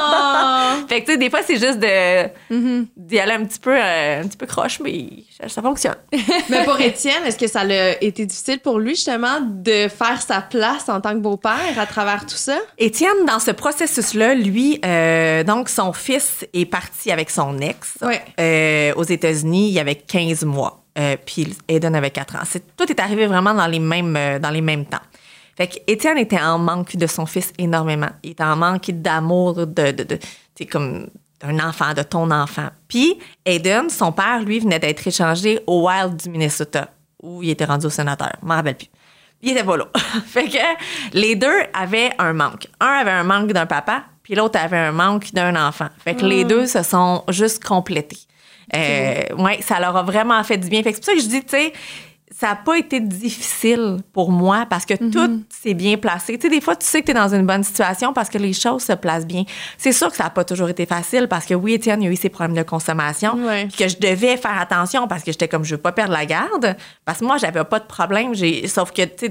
Oh! Fait que, tu sais, des fois, c'est juste de, d'y aller un petit peu, euh, un petit peu croche, mais ça, ça fonctionne. Mais pour Étienne, est-ce que ça a été difficile pour lui, justement, de faire sa place en tant que beau-père à travers tout ça? Étienne, dans ce processus-là, lui, euh, donc, son fils est parti avec son ex Ouais. euh, aux États-Unis, il y avait quinze mois. Euh, puis Aiden avait quatre ans. C'est, tout est arrivé vraiment dans les mêmes, euh, dans les mêmes temps. Fait qu'Étienne était en manque de son fils énormément. Il était en manque d'amour, de, de, de, tu sais, comme d'un enfant, de ton enfant. Puis Aiden, son père, lui, venait d'être échangé au Wild du Minnesota, où il était rendu au sénateur. Je m'en rappelle plus. Il était pas là. Fait que les deux avaient un manque. Un avait un manque d'un papa, puis l'autre avait un manque d'un enfant. Fait que les deux se sont juste complétés. Euh, ouais, ça leur a vraiment fait du bien. Fait que c'est pour ça que je dis, tu sais, ça n'a pas été difficile pour moi parce que tout s'est bien placé. Tu sais, des fois, tu sais que tu es dans une bonne situation parce que les choses se placent bien. C'est sûr que ça n'a pas toujours été facile parce que oui, Étienne, il y a eu ses problèmes de consommation. Ouais. Puis que je devais faire attention parce que j'étais comme, je veux pas perdre la garde. Parce que moi, j'avais pas de problème. J'ai, sauf que, tu sais, de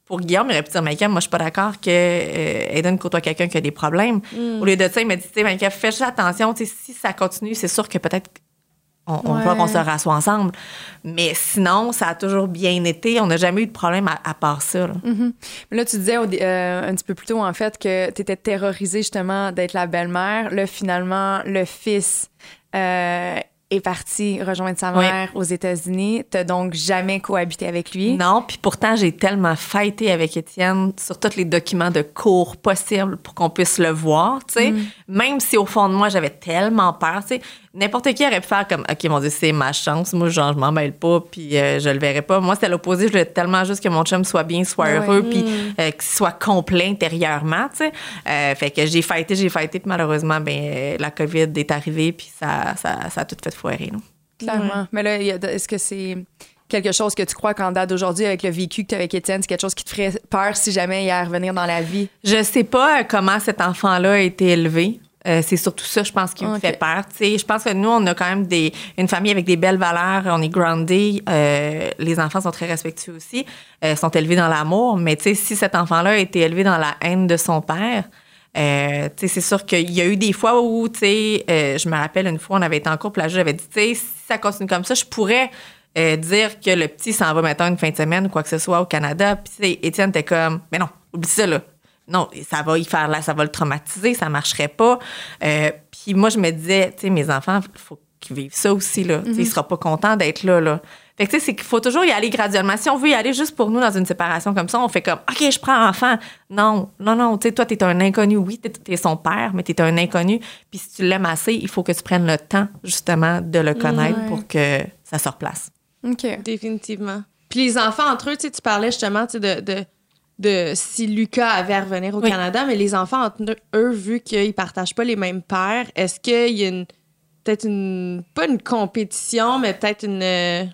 pour Guillaume, il aurait pu dire, Maïka, moi, je suis pas d'accord que euh, Aiden côtoie quelqu'un qui a des problèmes. Mm. Au lieu de ça, il m'a dit, tu sais, Maïka, fais juste attention, tu sais, si ça continue, c'est sûr que peut-être on, on ouais. va qu'on se rassoit ensemble. Mais sinon, ça a toujours bien été. On n'a jamais eu de problème à, à part ça. Là, mm-hmm. Mais là tu disais au, euh, un petit peu plus tôt, en fait, que tu étais terrorisée, justement, d'être la belle-mère. Là, finalement, le fils... Euh, est parti rejoindre sa mère oui. aux États-Unis. T'as donc jamais cohabité avec lui? Non, puis pourtant, j'ai tellement fighté avec Étienne sur tous les documents de cours possibles pour qu'on puisse le voir, tu sais. Mm. Même si, au fond de moi, j'avais tellement peur, tu sais. N'importe qui aurait pu faire comme, OK, mon Dieu, c'est ma chance. Moi, genre, je m'en mêle pas, puis euh, je le verrai pas. Moi, c'était l'opposé. Je voulais tellement juste que mon chum soit bien, soit heureux, puis euh, qu'il soit complet intérieurement, tu sais. Euh, fait que j'ai fighté, j'ai fighté, puis malheureusement, ben euh, la COVID est arrivée, puis ça, ça, ça a tout fait foirer, là. Clairement. Ouais. Mais là, est-ce que c'est quelque chose que tu crois qu'en date d'aujourd'hui, avec le vécu que tu as avec Étienne, c'est quelque chose qui te ferait peur si jamais il y a à revenir dans la vie? Je sais pas comment cet enfant-là a été élevé. Euh, c'est surtout ça, je pense, qui me okay. fait peur. T'sais, je pense que nous, on a quand même des, une famille avec des belles valeurs. On est groundés. Euh, les enfants sont très respectueux aussi. Euh, sont élevés dans l'amour. Mais si cet enfant-là a été élevé dans la haine de son père, euh, c'est sûr qu'il y a eu des fois où, euh, je me rappelle une fois, on avait été en couple, là, j'avais dit, si ça continue comme ça, je pourrais euh, dire que le petit s'en va maintenant une fin de semaine ou quoi que ce soit au Canada. Puis Étienne était comme, mais non, oublie ça, là. Non, ça va y faire là, ça va le traumatiser, ça marcherait pas. Euh, puis moi, je me disais, tu sais, mes enfants, il faut qu'ils vivent ça aussi, là. Mm-hmm. Il sera pas content d'être là, là. Fait que, tu sais, c'est qu'il faut toujours y aller graduellement. Si on veut y aller juste pour nous dans une séparation comme ça, on fait comme, OK, je prends enfant. Non, non, non, tu sais, toi, t'es un inconnu. Oui, t'es, t'es son père, mais t'es un inconnu. Puis si tu l'aimes assez, il faut que tu prennes le temps, justement, de le connaître ouais. pour que ça se replace. OK. Définitivement. Puis les enfants, entre eux, tu sais, tu parlais justement, tu sais, de... de... de si Lucas avait à revenir au oui. Canada, mais les enfants, entre eux, vu qu'ils partagent pas les mêmes pères, est-ce qu'il y a une, peut-être une, pas une compétition, mais peut-être une,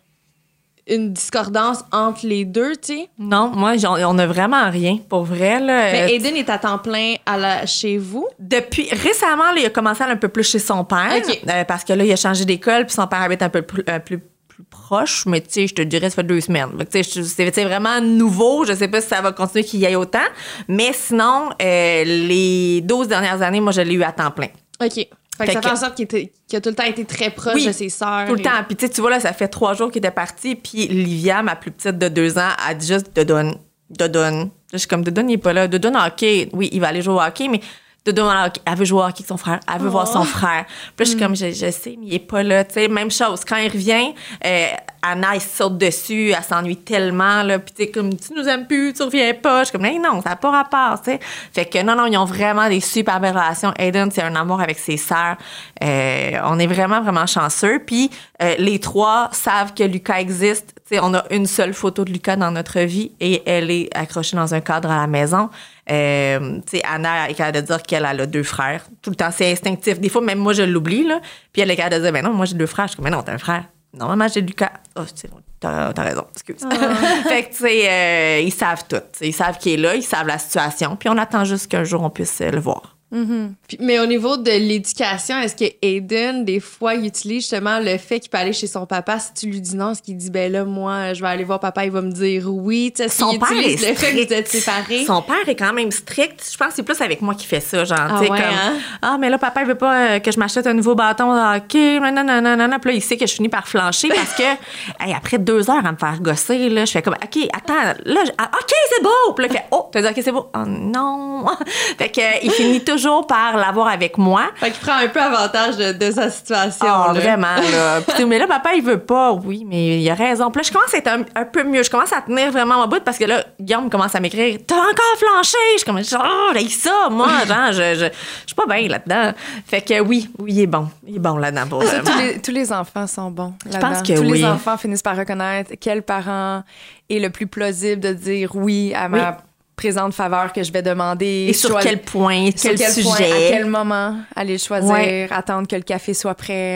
une discordance entre les deux, tu sais? Non, moi, on a vraiment rien, pour vrai, là. Mais Aiden est à temps plein à la, chez vous? Depuis, récemment, là, il a commencé à aller un peu plus chez son père, okay. euh, parce que là, il a changé d'école, puis son père habite un peu plus, euh, plus proche, mais tu sais, je te dirais, ça fait deux semaines. Tu sais, c'est vraiment nouveau. Je sais pas si ça va continuer qu'il y ait autant. Mais sinon, euh, les douze dernières années, moi, je l'ai eu à temps plein. OK. Fait, fait que ça que, fait en sorte qu'il, était, qu'il a tout le temps été très proche oui, de ses sœurs. Tout le et... temps. Puis tu vois, là, ça fait trois jours qu'il était parti. Puis Livia, ma plus petite de deux ans, a dit juste Dodon. Dodon. Je suis comme, Dodon, il n'est pas là. Dodon, OK. Oui, il va aller jouer au hockey, mais Dodo, elle veut jouer au hockey avec son frère. Elle veut oh. voir son frère. Puis là, je suis comme, je, je sais, mais il est pas là. Tu sais, même chose. Quand il revient, euh, Anna, elle saute dessus. Elle s'ennuie tellement, là. Puis tu sais, comme, tu nous aimes plus, tu reviens pas. Je suis comme, hey, non, ça n'a pas rapport, tu sais. Fait que non, non, ils ont vraiment des super belles relations. Aiden, c'est un amour avec ses sœurs. Euh, on est vraiment, vraiment chanceux. Puis euh, les trois savent que Lucas existe. Tu sais, on a une seule photo de Lucas dans notre vie et elle est accrochée dans un cadre à la maison. Euh, tu sais, Anna est capable de dire qu'elle a deux frères. Tout le temps, c'est instinctif. Des fois, même moi, je l'oublie, là. Puis elle est capable de dire, ben non, moi, j'ai deux frères. Je suis comme, mais non, t'as un frère. Non, maman, j'ai Lucas. Oh, tu sais, t'as, t'as raison, excuse. Oh. Fait que, tu sais, euh, ils savent tout. T'sais, ils savent qu'il est là, ils savent la situation. Puis on attend juste qu'un jour, on puisse le voir. Mm-hmm. Puis, mais au niveau de l'éducation, est-ce que Aiden, des fois, il utilise justement le fait qu'il peut aller chez son papa? Si tu lui dis non, est-ce qu'il dit, ben là, moi, je vais aller voir papa, il va me dire oui? T'sais, son père est strict. Le fait que vous êtes séparés? Son père est quand même strict. Je pense que c'est plus avec moi qui fait ça. Genre, ah, tu sais, ouais, comme, hein? ah, mais là, papa, il veut pas euh, que je m'achète un nouveau bâton de hockey. Nanana. Puis là, il sait que je finis par flancher parce que, hey, après deux heures à me faire gosser, là, je fais comme, OK, attends, là, je, ah, OK, c'est beau. Puis là, il fait, oh, tu as dit, OK, c'est beau. Oh, non. Fait que, euh, il finit toujours par l'avoir avec moi. Fait qu'il prend un peu avantage de, de sa situation. Oh, là. Vraiment, là. Puis, mais là, papa, il veut pas. Oui, mais il a raison. Puis là, je commence à être un, un peu mieux. Je commence à tenir vraiment mon bout parce que là, Guillaume commence à m'écrire « T'as encore flanché! » Je suis comme « Oh, j'ai ça, moi! » Genre, je, je, je suis pas bien là-dedans. Fait que oui, oui, il est bon. Il est bon là-dedans. Pour euh, tous, les, tous les enfants sont bons là-dedans. Je pense que tous oui. les enfants finissent par reconnaître quel parent est le plus plausible de dire oui à ma... Oui. présente faveur que je vais demander. Et sur choisi- quel point, quel, quel sujet. Point, à quel moment aller le choisir, ouais. attendre que le café soit prêt. Oui,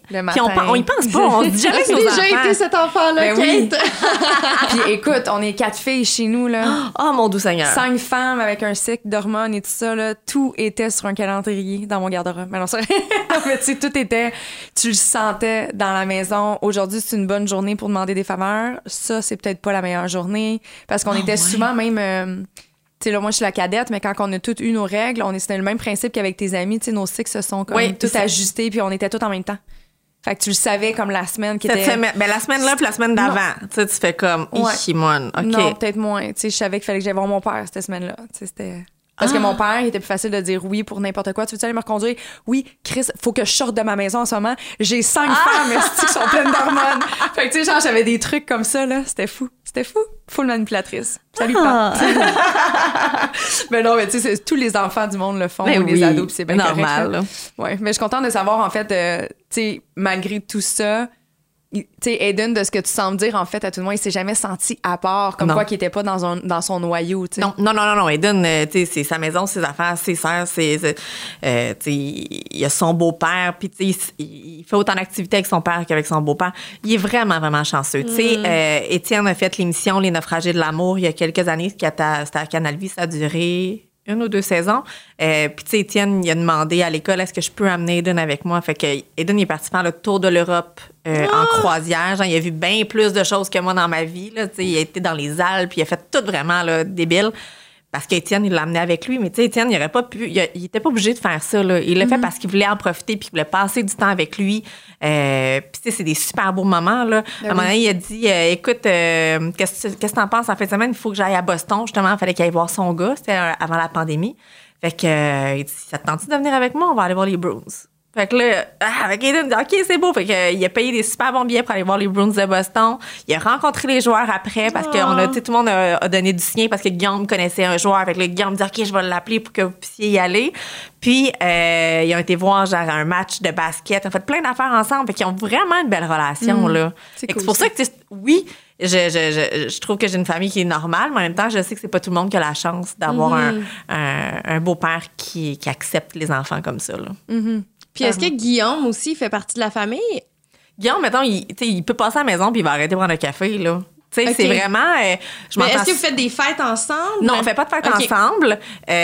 Le Puis on, on y pense pas, on se dit jamais que nos déjà enfants... été cet enfant-là, Ben oui. Kate. Puis écoute, on est quatre filles chez nous, là. Oh, mon doux Seigneur. Cinq femmes avec un cycle d'hormones et tout ça, là. Tout était sur un calendrier dans mon garde-robe. Mais non, ça... mais tu sais, tout était... Tu le sentais dans la maison. Aujourd'hui, c'est une bonne journée pour demander des faveurs. Ça, c'est peut-être pas la meilleure journée. Parce qu'on Oh, était ouais. souvent même... Euh, tu sais, là, moi, je suis la cadette, mais quand on a toutes eu nos règles, on est, c'était le même principe qu'avec tes amis. Tu sais, nos cycles se sont comme Oui, tout ça. ajustés, puis on était tous en même temps. Fait que tu le savais comme la semaine qui Cette était... semaine, ben, la semaine là puis la semaine d'avant. Tu sais, tu fais comme, Ouais. Ichimon, OK. Non, peut-être moins. Tu sais, je savais qu'il fallait que j'aille voir mon père cette semaine-là. Tu sais, c'était... Parce Ah. que mon père, il était plus facile de dire oui pour n'importe quoi. Tu veux-tu aller me reconduire? Oui, Chris, faut que je sorte de ma maison en ce moment. J'ai cinq Ah. femmes esti, qui sont pleines d'hormones. Fait que, tu sais, genre, j'avais des trucs comme ça, là. C'était fou. C'était fou. Full manipulatrice. Salut, Ah. papa. Mais non, mais tu sais, c'est- tous les enfants du monde le font, Ben ou les oui, ados, puis c'est bien normal, correct, là. là. Ouais, mais je suis contente de savoir, en fait, euh, tu sais, malgré tout ça, il- tu sais, Aiden, de ce que tu sembles dire, en fait, à tout le moins, il s'est jamais senti à part, comme Non. quoi qu'il était pas dans, un, dans son noyau, tu sais. Non, non, non, non, non. Eden, euh, tu sais, c'est sa maison, ses affaires, ses sœurs, ses, c'est, euh, tu sais, il a son beau-père, puis tu sais, il, il fait autant d'activités avec son père qu'avec son beau-père. Il est vraiment, vraiment chanceux. Tu sais, euh, Étienne a fait l'émission Les Naufragés de l'amour il y a quelques années, qui était à, c'était à Canal Vie, ça a duré une ou deux saisons. Euh, puis tu sais, Étienne, il a demandé à l'école, est-ce que je peux amener Eden avec moi? Fait que Eden, il est parti faire le tour de l'Europe euh, en croisière. Genre, il a vu bien plus de choses que moi dans ma vie. Là, tu sais, il a été dans les Alpes, il a fait tout vraiment là, débile. Parce qu'Étienne, il l'a amené avec lui. Mais tu sais, Étienne, il aurait pas pu... Il, a- il était pas obligé de faire ça, là. Il l'a fait parce qu'il voulait en profiter puis qu'il voulait passer du temps avec lui. Euh, puis tu sais, c'est des super beaux moments, là. Ben à un moment oui. donné, il a dit, euh, écoute, euh, qu'est-ce que qu'est-ce que t'en penses en fin de semaine? Il faut que j'aille à Boston. Justement, il fallait qu'il aille voir son gars. C'était euh, avant la pandémie. Fait que, euh, il dit, ça te tente de venir avec moi? On va aller voir les Bruins. Fait que là, ah, avec Aiden, il dit, OK, c'est beau. Fait que, euh, il a payé des super bons billets pour aller voir les Bruins de Boston. Il a rencontré les joueurs après parce que on a, tu sais, tout le monde a, a donné du sien parce que Guillaume connaissait un joueur. Fait que là, Guillaume dit, OK, je vais l'appeler pour que vous puissiez y aller. Puis, euh, ils ont été voir genre un match de basket. Ils ont fait plein d'affaires ensemble. Fait qu'ils ont vraiment une belle relation, Mmh. là. C'est Fait que cool, c'est pour ça. ça que, tu sais, oui, je, je, je, je trouve que j'ai une famille qui est normale, mais en même temps, je sais que c'est pas tout le monde qui a la chance d'avoir Mmh. un, un, un beau-père qui, qui accepte les enfants comme ça, là. Mhm. Puis est-ce que Guillaume aussi fait partie de la famille? Guillaume, mettons, il, tu sais, il peut passer à la maison puis il va arrêter de prendre un café, là. Tu sais, Ok. c'est vraiment... euh, je Mais m'entends- est-ce que vous faites des fêtes ensemble? Non, on fait pas de fête Ok. ensemble.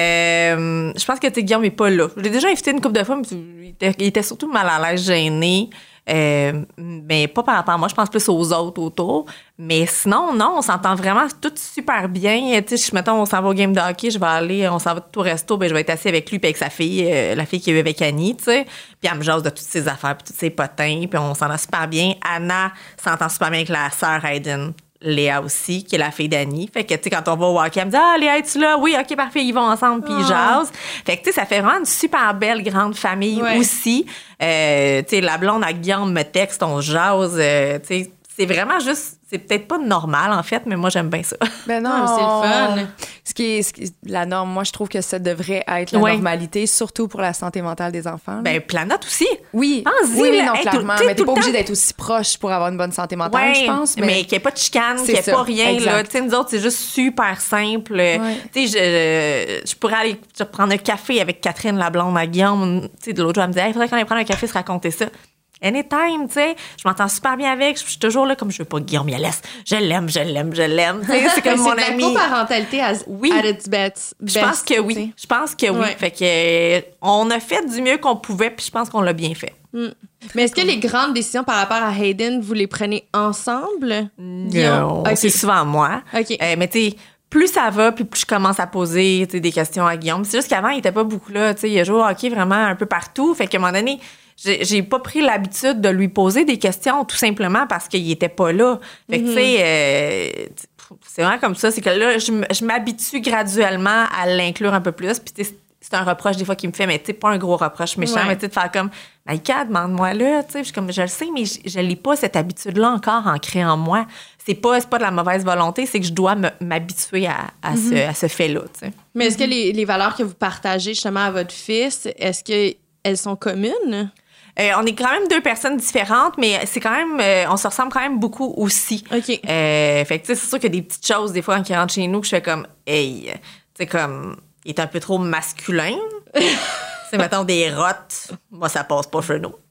Euh, je pense que, tu sais, Guillaume est pas là. Je l'ai déjà invité une couple de fois, mais il était, il était surtout mal à l'aise, gêné. Euh, mais pas par rapport à moi, je pense plus aux autres autour. Mais sinon, non, on s'entend vraiment tout super bien. Tu sais, mettons, on s'en va au game de hockey, je vais aller, on s'en va tout au resto, ben je vais être assis avec lui puis avec sa fille, euh, la fille qui est eu avec Annie, tu sais. Puis elle me jase de toutes ses affaires puis tous ses potins, puis on s'entend super bien. Anna s'entend super bien avec la sœur Aiden. Léa aussi, qui est la fille d'Annie. Fait que, tu sais, quand on va au hockey, elle me dit « Ah, Léa, es-tu là? Oui, OK, parfait, ils vont ensemble, puis ils jasent. » Fait que, tu sais, ça fait vraiment une super belle grande famille Ouais. aussi. Euh, tu sais, la blonde à Guillaume me texte, on jase. euh, tu sais, c'est vraiment juste... C'est peut-être pas normal, en fait, mais moi, j'aime bien ça. Ben non, Ah, c'est le fun. Ce qui est, ce qui est la norme, moi, je trouve que ça devrait être la Ouais. normalité, surtout pour la santé mentale des enfants. là. Ben, Planète aussi. oui, pense-y, oui, oui, là, non, hey, tout- clairement. tu sais, Mais t'es tout pas le obligé temps- d'être aussi proche pour avoir une bonne santé mentale, Ouais, je pense. mais, Mais, qu'il n'y ait pas de chicane, qu'il C'est n'y ait ça, pas rien. exact. Là. Tu sais, nous autres, c'est juste super simple. Tu sais, je, je pourrais aller je prendre un café avec Catherine, la blonde à Guillaume. Tu sais, de l'autre jour, elle me disait, il faudrait qu'on aille prendre un café, se raconter ça. Anytime, tu sais. Je m'entends super bien avec. Je suis toujours là comme je veux pas Guillaume, il laisse. Je l'aime, je l'aime, je l'aime. Tu sais, c'est comme mon c'est de la ami. coparentalité à, Oui. at its best. Je pense que oui. Je pense que oui. Ouais. Fait que euh, on a fait du mieux qu'on pouvait, puis je pense qu'on l'a bien fait. Mais est-ce que les grandes décisions par rapport à Hayden, vous les prenez ensemble? Non. Ok. C'est souvent moi. OK. Euh, mais tu sais, plus ça va, puis plus je commence à poser tu sais, des questions à Guillaume. C'est juste qu'avant, il était pas beaucoup là. Tu sais, il a joué au hockey vraiment un peu partout. Fait qu'à un moment donné, j'ai, j'ai pas pris l'habitude de lui poser des questions tout simplement parce qu'il était pas là. Fait que tu sais, euh, c'est vraiment comme ça. C'est que là, je, m- je m'habitue graduellement à l'inclure un peu plus. Puis tu sais, c'est un reproche des fois qu'il me fait, mais tu sais, pas un gros reproche méchant, Ouais. mais tu sais, de faire comme, Maïka, demande-moi là, tu sais, je suis comme, je le sais, mais je, je l'ai pas cette habitude-là encore ancrée en moi. C'est pas, c'est pas de la mauvaise volonté, c'est que je dois me- m'habituer à, à ce, à ce fait-là, tu sais. Mais est-ce que les, les valeurs que vous partagez justement à votre fils, est-ce qu'elles sont communes? Euh, on est quand même deux personnes différentes, mais c'est quand même, euh, on se ressemble quand même beaucoup aussi. OK. Euh, fait que tu sais, c'est sûr qu'il y a des petites choses des fois quand il rentre chez nous que je fais comme, hey, tu sais, comme, il est un peu trop masculin. C'est mettons des rottes, moi ça passe pas chez nous.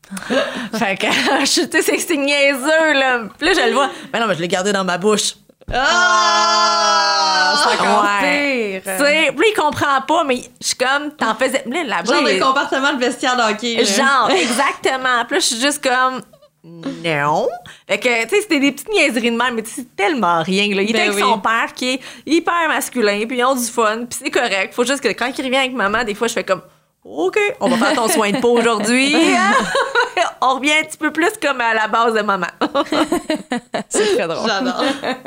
Fait que, tu sais, c'est que c'est niaiseux, là. Puis là, je le vois. Mais non, mais je l'ai gardé dans ma bouche. Ah! C'est encore Ouais. pire. Tu sais, puis il comprend pas, mais je suis comme, t'en faisais. Là, là-bas, Genre il- le comportement de vestiaire de hockey. là. Genre, exactement. Puis là, je suis juste comme. Non. Fait que, tu sais, c'était des petites niaiseries de même, mais tu sais, c'est tellement rien. Là. Il Ben était avec oui. son père qui est hyper masculin, puis ils ont du fun, puis c'est correct. Faut juste que quand il revient avec maman, des fois, je fais comme. OK, on va faire ton soin de peau aujourd'hui. On revient un petit peu plus comme à la base de maman. C'est très drôle. J'adore.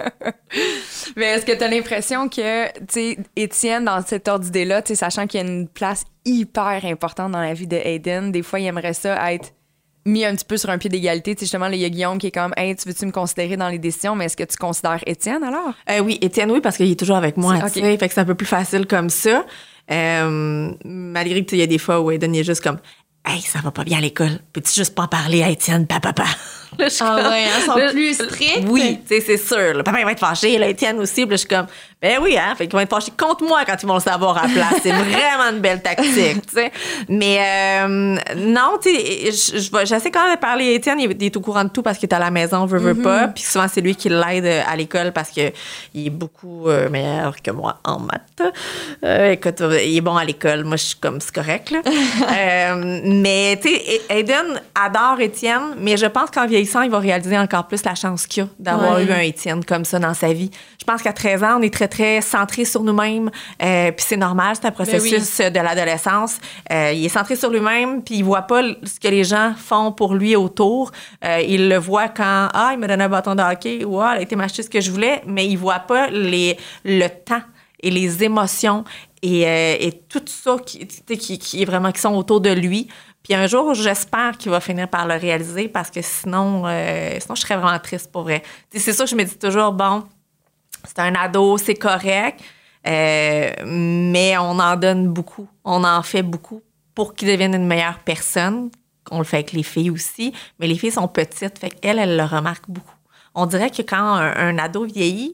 Mais est-ce que tu as l'impression que, tu sais, Étienne, dans cet ordre d'idée-là, tu sais, sachant qu'il y a une place hyper importante dans la vie de Aiden, des fois, il aimerait ça être mis un petit peu sur un pied d'égalité. Tu sais, justement, là, il y a Guillaume qui est comme, hey, tu veux-tu me considérer dans les décisions? Mais est-ce que tu considères Étienne alors? Euh, oui, Étienne, oui, parce qu'il est toujours avec moi. C'est- Tu ok. sais, fait que c'est un peu plus facile comme ça. Euh, malgré que, il y a des fois où Aiden il est juste comme, hey, ça va pas bien à l'école. Peux-tu juste pas en parler à Étienne, papa, papa? Là, je suis Ah comme- ouais, hein, ils sont là, plus stricts. Oui, tu sais, c'est sûr. Le papa, il va être fâché, là, Étienne aussi. Puis là, je suis comme, ben oui, hein. Fait qu'ils vont être fâchés contre moi quand ils vont le savoir à la place. C'est vraiment une belle tactique, tu sais. Mais euh, non, tu sais, je- je vais- j'essaie quand même de parler à Étienne. Il est au courant de tout parce qu'il est à la maison, veut, veut pas. Puis souvent, c'est lui qui l'aide à l'école parce qu'il est beaucoup euh, meilleur que moi en maths. Euh, écoute, il est bon à l'école. Moi, je suis comme, c'est correct, là. Euh, mais, tu sais, Aiden adore Étienne, mais je pense qu'en vieillissant, il va réaliser encore plus la chance qu'il a d'avoir Ouais. eu un Étienne comme ça dans sa vie. Je pense qu'à treize ans, on est très, très centré sur nous-mêmes. Euh, puis c'est normal, c'est un processus de l'adolescence. Euh, il est centré sur lui-même, puis il voit pas ce que les gens font pour lui autour. Euh, il le voit quand, ah, il m'a donné un bâton de hockey, ou ah, elle a été m'acheter ce que je voulais, mais il voit pas les, le temps et les émotions et, euh, et tout ça qui, tu sais, qui, qui est vraiment qui sont autour de lui. Puis un jour, j'espère qu'il va finir par le réaliser parce que sinon, euh, sinon je serais vraiment triste pour vrai. Tu sais, c'est ça que je me dis toujours, bon, c'est un ado, c'est correct, euh, mais on en donne beaucoup, on en fait beaucoup pour qu'il devienne une meilleure personne. On le fait avec les filles aussi, mais les filles sont petites, fait qu'elles, elles le remarquent beaucoup. On dirait que quand un, un ado vieillit,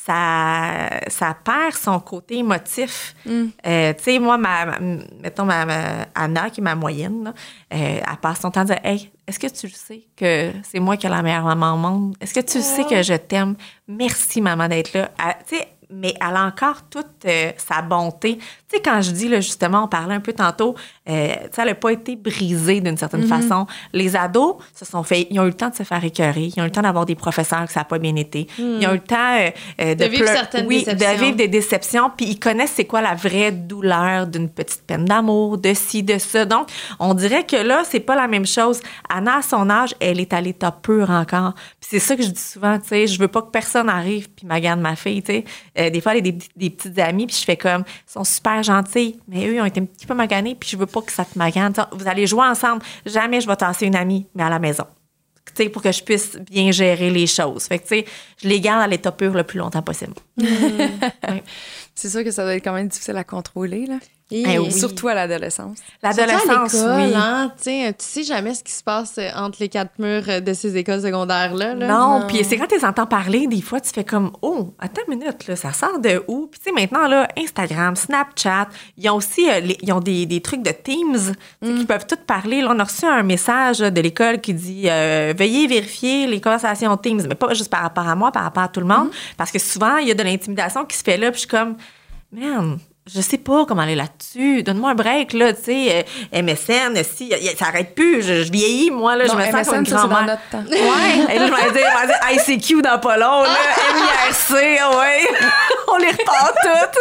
ça, ça perd son côté émotif. Mm. Euh, tu sais, moi, ma, ma, mettons, ma, ma, Anna, qui est ma moyenne, là, euh, elle passe son temps à dire « Hey, est-ce que tu le sais que c'est moi qui ai la meilleure maman au monde? Est-ce que tu oh. sais que je t'aime? Merci, maman, d'être là. » Tu sais, mais elle a encore toute euh, sa bonté. Tu sais, quand je dis, là, justement, on parlait un peu tantôt, euh, tu sais, elle n'a pas été brisée d'une certaine mm-hmm. façon. Les ados se sont fait, ils ont eu le temps de se faire écœurer, ils ont eu le temps d'avoir des professeurs que ça n'a pas bien été, mm. ils ont eu le temps euh, de, de vivre pleu- certaines oui, déceptions. de vivre des déceptions, puis ils connaissent c'est quoi la vraie douleur d'une petite peine d'amour, de ci, de ça. Donc, on dirait que là, c'est pas la même chose. Anna, à son âge, elle est à l'état pur encore. Puis c'est ça que je dis souvent, tu sais, je veux pas que personne arrive puis magane ma fille, tu sais. Euh, des fois, elle a des, des petites amies, puis je fais comme, ils sont super gentils, mais eux, ils ont été un petit peu maganés, puis je veux pas que ça te magane. T'sais, vous allez jouer ensemble. Jamais je vais tasser une amie, mais à la maison. Tu sais, pour que je puisse bien gérer les choses. Fait que, tu sais, je les garde à l'état pur le plus longtemps possible. Mmh. Ouais. C'est sûr que ça doit être quand même difficile à contrôler, là. Et eh oui. Surtout à l'adolescence. Surtout L'adolescence, à l'école, oui. Hein, tu sais jamais ce qui se passe entre les quatre murs de ces écoles secondaires-là. Là. Non, Non. puis c'est quand tu les entends parler, des fois, tu fais comme, oh, attends une minute, là, ça sort de où? Puis tu sais, maintenant, là, Instagram, Snapchat, ils ont aussi euh, les, ils ont des, des trucs de Teams mm. qui peuvent tous parler. Là, on a reçu un message de l'école qui dit, euh, veuillez vérifier les conversations Teams, mais pas juste par rapport à moi, par rapport à tout le monde, mm. parce que souvent, il y a de l'intimidation qui se fait là, puis je suis comme, man, je sais pas comment aller là-dessus. Donne-moi un break, là, tu sais. Euh, M S N, si, y a, ça arrête plus. Je, je vieillis, moi, là. Non, je me M S sens N, comme une ça, c'est dans grand-mère. notre temps. Ouais. Et là, je vais dire, je vais dire I C Q dans pas long, là. M I R C, ouais. On les repart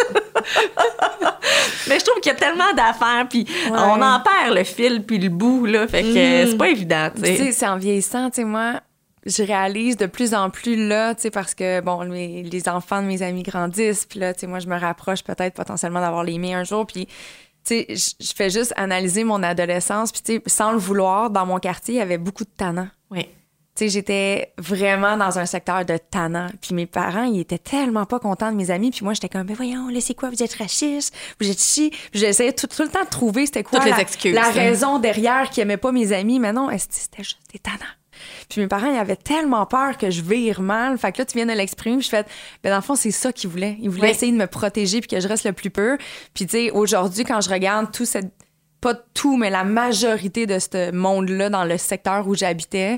toutes. Mais je trouve qu'il y a tellement d'affaires, puis ouais. on en perd le fil puis le bout, là. Fait que mm. c'est pas évident, tu sais. Tu sais, c'est en vieillissant, tu sais, moi... Je réalise de plus en plus là, tu sais, parce que, bon, les, les enfants de mes amis grandissent, puis là, tu sais, moi, je me rapproche peut-être potentiellement d'avoir les miens un jour, puis, tu sais, je, je fais juste analyser mon adolescence, puis, tu sais, sans le vouloir, dans mon quartier, il y avait beaucoup de tannants. Oui. Tu sais, j'étais vraiment dans un secteur de tannants, puis mes parents, ils étaient tellement pas contents de mes amis, puis moi, j'étais comme, mais voyons, là, c'est quoi, vous êtes raciste, vous êtes chi, puis j'essayais tout, tout le temps de trouver c'était quoi toutes la, les excuses, la hein. raison derrière qui aimaient pas mes amis, mais non, c'était juste des tannants. Puis mes parents, ils avaient tellement peur que je vire mal. Fait que là, tu viens de l'exprimer. Puis je fais, ben dans le fond, c'est ça qu'ils voulaient. Ils voulaient oui. essayer de me protéger puis que je reste le plus pur. Puis tu sais, aujourd'hui, quand je regarde tout cette, pas tout, mais la majorité de ce monde-là dans le secteur où j'habitais,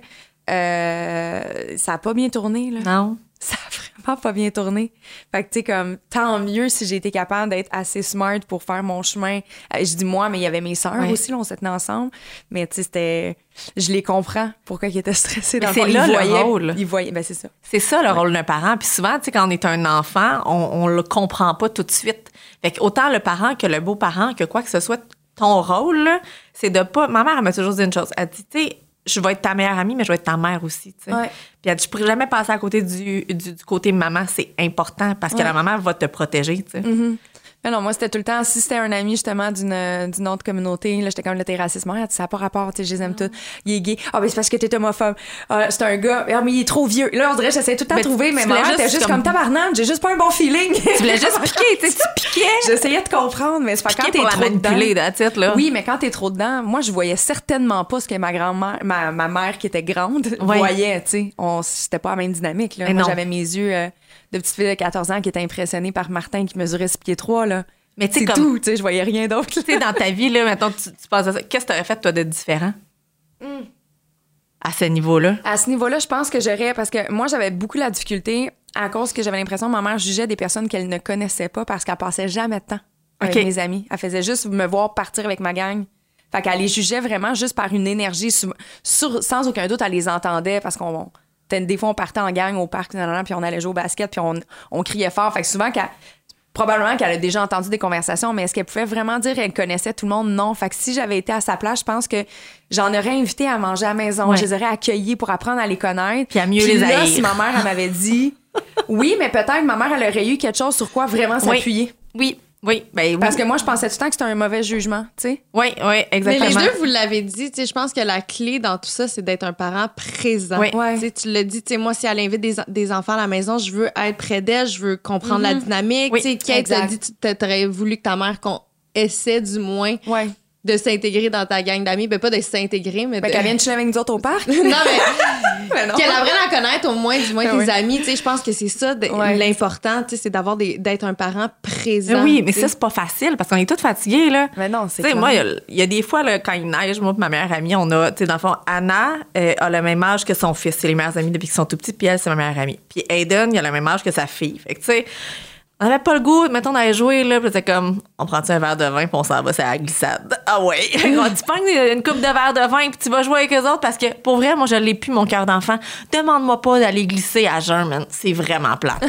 euh, ça a pas bien tourné, là. Non. Ça a vraiment pas bien tourné. Fait que, tu sais, comme, tant mieux si j'ai été capable d'être assez smart pour faire mon chemin. Euh, je dis moi, mais il y avait mes sœurs ouais. aussi, là, on s'était tenait ensemble. Mais, tu sais, c'était... Je les comprends, pourquoi ils étaient stressés. Dans c'est le là ils le voyaient, rôle. Ils voyaient, ben c'est ça. C'est ça, le ouais. rôle d'un parent. Puis souvent, tu sais, quand on est un enfant, on, on le comprend pas tout de suite. Fait que autant le parent que le beau-parent, que quoi que ce soit, ton rôle, là, c'est de pas... Ma mère, elle m'a toujours dit une chose. Elle dit, tu sais, je vais être ta meilleure amie, mais je vais être ta mère aussi, tu sais. Ouais. Puis elle dit, je pourrais jamais passer à côté du, du, du côté maman, c'est important parce que ouais. la maman va te protéger, tu sais. Mm-hmm. Mais non, moi, c'était tout le temps, si c'était un ami, justement, d'une, d'une autre communauté, là, j'étais comme, le t'es raciste. Moi, ça n'a pas rapport, tu sais, je les aime tous. Il est gay. Ah, ben, c'est parce que t'es homophobe. Ah, c'est un gars. Ah, mais il est trop vieux. Là, on dirait, j'essayais tout le temps de trouver, mais moi, t'es juste comme, comme tabarnak, j'ai juste pas un bon feeling. Tu voulais juste piquer, tu sais, tu piquais. J'essayais de comprendre, mais c'est pas quand t'es pour trop la manipuler, dedans. Titre, là. Oui, mais quand t'es trop dedans, moi, je voyais certainement pas ce que ma grand-mère, ma, ma mère qui était grande, ouais. voyait, tu sais. On, c'était pas la même dynamique, là. Mais moi, non. j'avais mes yeux euh, de petite fille de quatorze ans qui était impressionnée par Martin qui mesurait six pieds trois, là. Mais tu sais, c'est tout, tu sais, je voyais rien d'autre. Tu sais, dans ta vie, là, mettons, tu, tu passes à ça. Qu'est-ce que tu aurais fait, toi, de différent? Mm. À ce niveau-là? À ce niveau-là, je pense que j'aurais... Parce que moi, j'avais beaucoup la difficulté à cause que j'avais l'impression que ma mère jugeait des personnes qu'elle ne connaissait pas parce qu'elle passait jamais de temps avec okay. mes amis. Elle faisait juste me voir partir avec ma gang. Fait qu'elle les jugeait vraiment juste par une énergie. Sur, sur, sans aucun doute, elle les entendait parce qu'on... Des fois, on partait en gang au parc, puis on allait jouer au basket, puis on, on criait fort. Fait que souvent, qu'elle... Probablement qu'elle a déjà entendu des conversations, mais est-ce qu'elle pouvait vraiment dire qu'elle connaissait tout le monde? Non. Fait que si j'avais été à sa place, je pense que j'en aurais invité à manger à la maison. Ouais. Je les aurais accueillis pour apprendre à les connaître. Puis à mieux Puis les là, haïr. si ma mère, elle m'avait dit... Oui, mais peut-être ma mère, elle aurait eu quelque chose sur quoi vraiment s'appuyer. Oui, oui. Ben, oui. Parce que moi, je pensais tout le temps que c'était un mauvais jugement, tu sais. Oui, oui, exactement. Mais les deux, vous l'avez dit, tu sais, je pense que la clé dans tout ça, c'est d'être un parent présent. Oui. Ouais. Tu sais, tu l'as dit, tu sais, moi, si elle invite des, des enfants à la maison, je veux être près d'elle, je veux comprendre mm-hmm. la dynamique. Oui, tu sais, Kate t'a dit, tu aurais voulu que ta mère qu'on essaie du moins ouais. de s'intégrer dans ta gang d'amis. Ben, pas de s'intégrer, mais ben, de... qu'elle vienne chiller avec nous autres au parc. non, mais, mais non. Qu'elle apprenne à connaître au moins, du moins, tes oui. amis. Tu sais, je pense que c'est ça, de, ouais. l'important, tu sais, c'est d'avoir des, d'être un parent présent. Mais oui, mais ça, c'est pas facile parce qu'on est tous fatigués, là. Mais non, c'est Tu sais, moi, il y, y a des fois, là, quand il neige, moi et ma meilleure amie, on a, tu sais, dans le fond, Anna euh, a le même âge que son fils. C'est les meilleures amies depuis qu'ils sont tout petits, puis elle, c'est ma meilleure amie. Puis Aiden, il a le même âge que sa fille. Fait que, tu sais, on n'avait pas le goût, mettons, d'aller jouer, là, puis c'était comme, on prend-tu un verre de vin, puis on s'en va, c'est la glissade. Ah ouais! On dit, prends une coupe de verre de vin, puis tu vas jouer avec eux autres, parce que, pour vrai, moi, je l'ai plus, mon cœur d'enfant. Demande-moi pas d'aller glisser à jeun, man. C'est vraiment plate.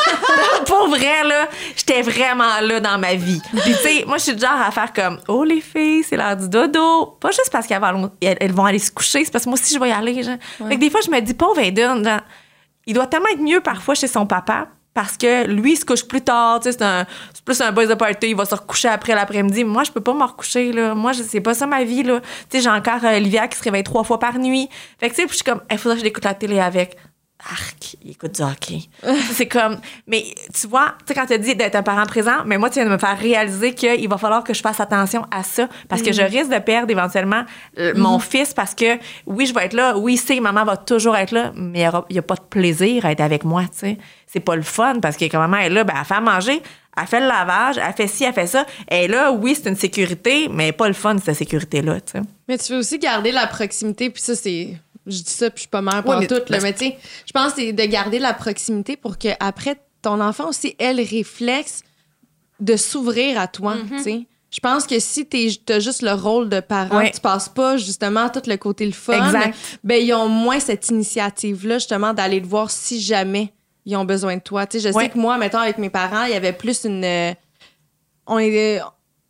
Pour vrai, là, j'étais vraiment là dans ma vie. Puis, tu sais, moi, je suis du genre à faire comme, oh, les filles, c'est l'heure du dodo. Pas juste parce qu'elles vont, elles vont aller se coucher, c'est parce que moi aussi, je vais y aller, genre. Ouais. Fait que des fois, je me dis, pauvre Aiden, genre, il doit tellement être mieux parfois chez son papa. Parce que lui, il se couche plus tard, tu sais, c'est, un, c'est plus un boys de party, il va se recoucher après l'après-midi. Moi, je peux pas me recoucher, là. Moi, je, c'est pas ça ma vie, là. Tu sais, j'ai encore euh, Olivia qui se réveille trois fois par nuit. Fait que, tu sais, puis je suis comme, il faudrait que je l'écoute la télé avec. Arc, il écoute du hockey. C'est comme, mais tu vois, tu sais, quand tu as dit d'être un parent présent, mais moi, tu viens de me faire réaliser qu'il va falloir que je fasse attention à ça parce que mm. je risque de perdre éventuellement mm. mon fils parce que, oui, je vais être là, oui, c'est maman va toujours être là, mais il n'y a pas de plaisir à être avec moi, tu sais. C'est pas le fun parce que quand maman est là, ben, elle fait à manger, elle fait le lavage, elle fait ci, elle fait ça. Et là, oui, c'est une sécurité, mais pas le fun, cette sécurité-là, tu sais. Mais tu veux aussi garder la proximité, puis ça, c'est... Je dis ça, puis je suis pas mère pour ouais, tout, là, mais tu sais, je pense que c'est de garder la proximité pour que après ton enfant aussi, elle réflexe de s'ouvrir à toi, mm-hmm. tu sais. Je pense que si t'as juste le rôle de parent, ouais. tu passes pas justement tout le côté le fun, exact. Ben ils ont moins cette initiative-là, justement, d'aller te voir si jamais ils ont besoin de toi. Tu sais, je ouais. sais que moi, mettons, avec mes parents, il y avait plus une... Euh, on est...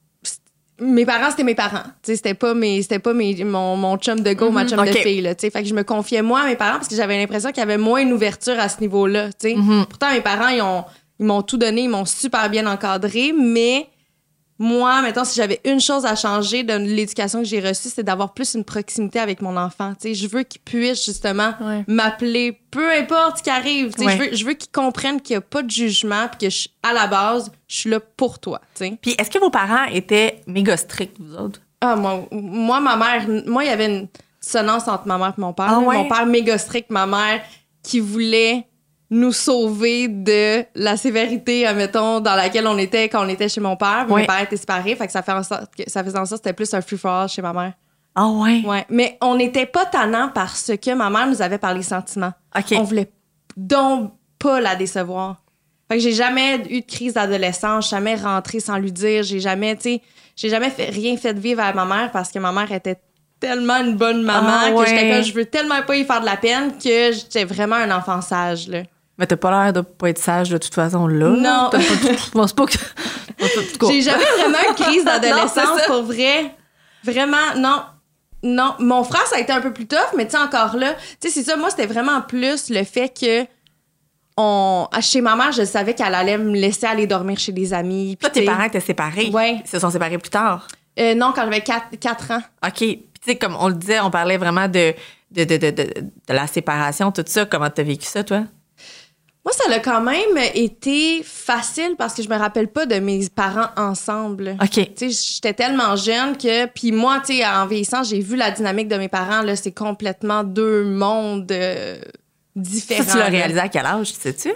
Mes parents, c'était mes parents. T'sais, c'était pas, mes, c'était pas mes, mon, mon chum de go, mm-hmm. ma chum okay. de fille. Là, fait que je me confiais moi à mes parents parce que j'avais l'impression qu'il y avait moins une ouverture à ce niveau-là. Mm-hmm. Pourtant, mes parents, ils, ont, ils m'ont tout donné, ils m'ont super bien encadré, mais moi, mettons, si j'avais une chose à changer de l'éducation que j'ai reçue, c'est d'avoir plus une proximité avec mon enfant. T'sais, je veux qu'il puisse justement ouais. m'appeler, peu importe ce qui arrive. Ouais. Je veux, je veux qu'il comprenne qu'il n'y a pas de jugement puis que je, à la base, je suis là pour toi. T'sais. Puis est-ce que vos parents étaient méga stricts, vous autres? Ah, moi, moi ma mère, moi, il y avait une dissonance entre ma mère et mon père. Ah, ouais? Mon père méga strict, ma mère qui voulait nous sauver de la sévérité, admettons, dans laquelle on était quand on était chez mon père. Oui. Mon père était séparé, fait que ça, fait en sorte que, ça faisait en sorte que c'était plus un free-for-all chez ma mère. Ah oh, ouais? Ouais. Mais on n'était pas tannant parce que ma mère nous avait parlé sentiments. OK. On voulait donc pas la décevoir. Fait que j'ai jamais eu de crise d'adolescence, jamais rentré sans lui dire, j'ai jamais, tu sais, j'ai jamais fait, rien fait de vivre à ma mère parce que ma mère était tellement une bonne maman ah, que ouais. j'étais comme, je veux tellement pas y faire de la peine que j'étais vraiment un enfant sage, là. Mais t'as pas l'air de pas être sage de toute façon, là. Non. T'as pas, bon, c'est pas que... J'ai jamais vraiment eu de crise d'adolescence, Non, c'est ça. pour vrai. Vraiment, non. Non. Mon frère, ça a été un peu plus tough, mais tu sais, encore là, tu sais, c'est ça, moi, c'était vraiment plus le fait que on... chez ma mère, je savais qu'elle allait me laisser aller dormir chez des amis. Toi, tes parents étaient séparés. Ouais. Ils se sont séparés plus tard. Euh, non, quand j'avais quatre ans. OK. Puis, tu sais, comme on le disait, on parlait vraiment de, de, de, de, de, de la séparation, tout ça. Comment t'as vécu ça, toi? Moi, ça a quand même été facile parce que je me rappelle pas de mes parents ensemble. OK. Tu sais, j'étais tellement jeune que... Puis moi, tu sais, en vieillissant, j'ai vu la dynamique de mes parents. Là, c'est complètement deux mondes euh, différents. Ça, tu l'as là. réalisé à quel âge, sais-tu?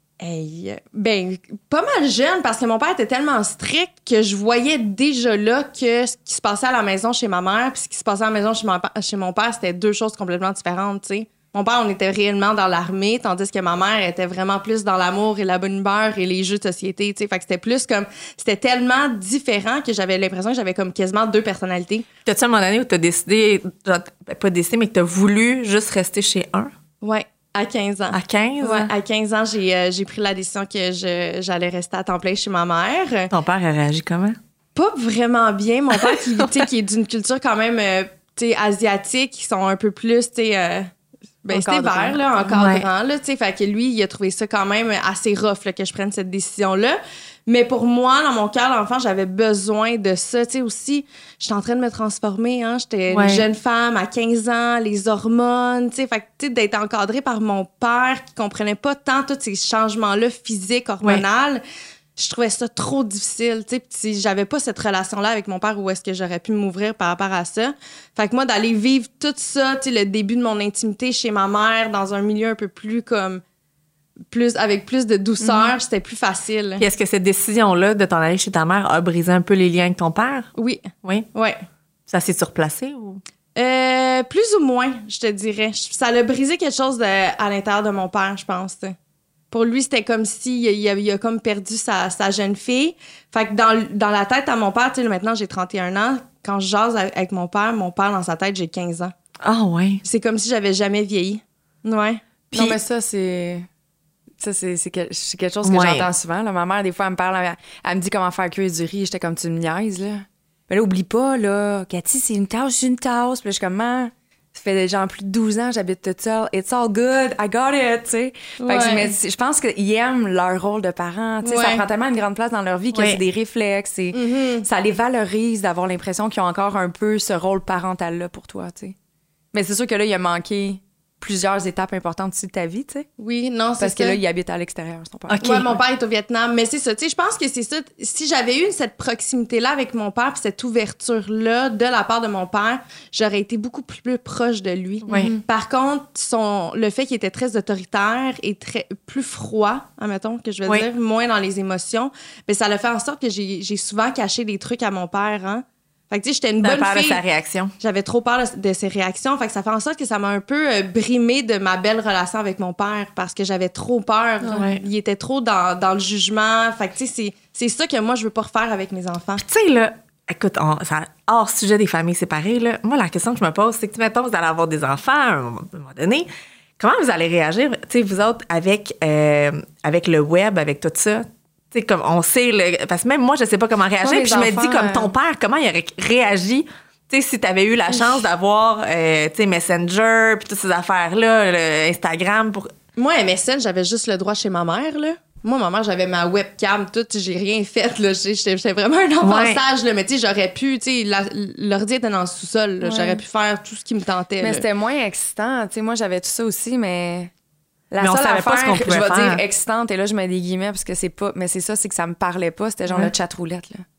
Hey, ben, pas mal jeune parce que mon père était tellement strict que je voyais déjà là que ce qui se passait à la maison chez ma mère puis ce qui se passait à la maison chez, ma, chez mon père, c'était deux choses complètement différentes, tu sais. Mon père, on était réellement dans l'armée, tandis que ma mère était vraiment plus dans l'amour et la bonne humeur et les jeux de société, tu sais. Fait que c'était plus comme... C'était tellement différent que j'avais l'impression que j'avais comme quasiment deux personnalités. T'as-tu un moment donné où t'as décidé, genre, pas décidé, mais que t'as voulu juste rester chez un? Ouais, à quinze ans. À quinze? Ouais, à quinze ans, j'ai, euh, j'ai pris la décision que je, j'allais rester à temps plein chez ma mère. Ton père a réagi comment? Pas vraiment bien. Mon père, qui, tu sais, qui est d'une culture quand même, euh, tu sais, asiatique, qui sont un peu plus, tu sais... Euh, ben, c'était vert, là, encadrant, là, tu sais. Fait que lui, il a trouvé ça quand même assez rough, là, que je prenne cette décision-là. Mais pour moi, dans mon cœur d'enfant, j'avais besoin de ça, tu sais, aussi. J'étais en train de me transformer, hein. J'étais ouais. une jeune femme à quinze ans, les hormones, tu sais. Fait que, tu sais, d'être encadrée par mon père qui comprenait pas tant tous ces changements-là physiques, hormonaux. Ouais. Je trouvais ça trop difficile, tu sais. Puis j'avais pas cette relation-là avec mon père où est-ce que j'aurais pu m'ouvrir par rapport à ça. Fait que moi, d'aller vivre tout ça, tu sais, le début de mon intimité chez ma mère, dans un milieu un peu plus comme... plus avec plus de douceur, mm-hmm. c'était plus facile. Puis est-ce que cette décision-là de t'en aller chez ta mère a brisé un peu les liens avec ton père? Oui. Oui? Oui. Ça s'est surplacé ou? Euh, plus ou moins, je te dirais. Ça a brisé quelque chose de, à l'intérieur de mon père, je pense, t'sais. Pour lui, c'était comme si il a, il a comme perdu sa, sa jeune fille. Fait que dans, dans la tête à mon père, tu sais, maintenant, j'ai trente et un ans. Quand je jase avec mon père, mon père, dans sa tête, j'ai quinze ans. Ah ouais. C'est comme si j'avais jamais vieilli. Ouais. Puis, non, mais ça, c'est... Ça, c'est, c'est, que, c'est quelque chose que ouais. j'entends souvent. Là. Ma mère, des fois, elle me parle, elle, elle me dit comment faire cuire du riz. J'étais comme, tu me niaises, là. Mais là, oublie pas, là, Cathy, c'est une tasse, c'est une tasse. Puis là, je suis comme, man, ça fait genre plus de douze ans, j'habite toute seule. It's all good, I got it, tu sais. Ouais. Fait que je, je pense qu'ils aiment leur rôle de parents. Tu sais, ouais. ça prend tellement une grande place dans leur vie que ouais. c'est des réflexes. Et mm-hmm. ça les valorise d'avoir l'impression qu'ils ont encore un peu ce rôle parental-là pour toi, tu sais. Mais c'est sûr que là, il a manqué plusieurs étapes importantes aussi de ta vie, tu sais. Oui, non, c'est Parce que ça. là, il habite à l'extérieur, son père. Okay. Ouais, mon père est au Vietnam. Mais c'est ça, tu sais, je pense que c'est ça. Si j'avais eu cette proximité-là avec mon père puis cette ouverture-là de la part de mon père, j'aurais été beaucoup plus proche de lui. Oui. Mm-hmm. Par contre, son, le fait qu'il était très autoritaire et très, plus froid, admettons, que je veux oui. dire, moins dans les émotions, bien, ça a fait en sorte que j'ai, j'ai souvent caché des trucs à mon père, hein. Fait que, tu sais, j'étais une T'as bonne peur fille. de sa réaction. J'avais trop peur de, de ses réactions. Fait que ça fait en sorte que ça m'a un peu euh, brimé de ma belle relation avec mon père parce que j'avais trop peur. Ouais. Il était trop dans, dans le jugement. Fait que, tu sais, c'est, c'est ça que moi, je veux pas refaire avec mes enfants. Tu sais, là, écoute, on, ça, hors sujet des familles séparées, là, moi, la question que je me pose, c'est que, mettons, vous allez avoir des enfants à un moment donné. Comment vous allez réagir, tu sais, vous autres, avec, euh, avec le web, avec tout ça? Tu sais, comme on sait, le, parce que même moi, je sais pas comment réagir. Puis je me dis, comme ton père, comment il aurait réagi, tu sais, si tu avais eu la chance d'avoir, euh, tu sais, Messenger, puis toutes ces affaires-là, le Instagram. Pour... Moi, M S N, j'avais juste le droit chez ma mère, là. Moi, ma mère, j'avais ma webcam, tout, j'ai rien fait, là. J'étais, j'étais vraiment un enfant ouais. sage, là. Mais tu sais, j'aurais pu, tu sais, la, l'ordi était dans le sous-sol, là. Ouais. J'aurais pu faire tout ce qui me tentait. Mais là. c'était moins excitant. Tu sais, moi, j'avais tout ça aussi, mais... La mais on seule savait affaire, pas ce qu'on pouvait je vais faire. dire excitante, et là, je mets des guillemets parce que c'est pas... Mais c'est ça, c'est que ça me parlait pas. C'était genre ouais. le chat roulette, là.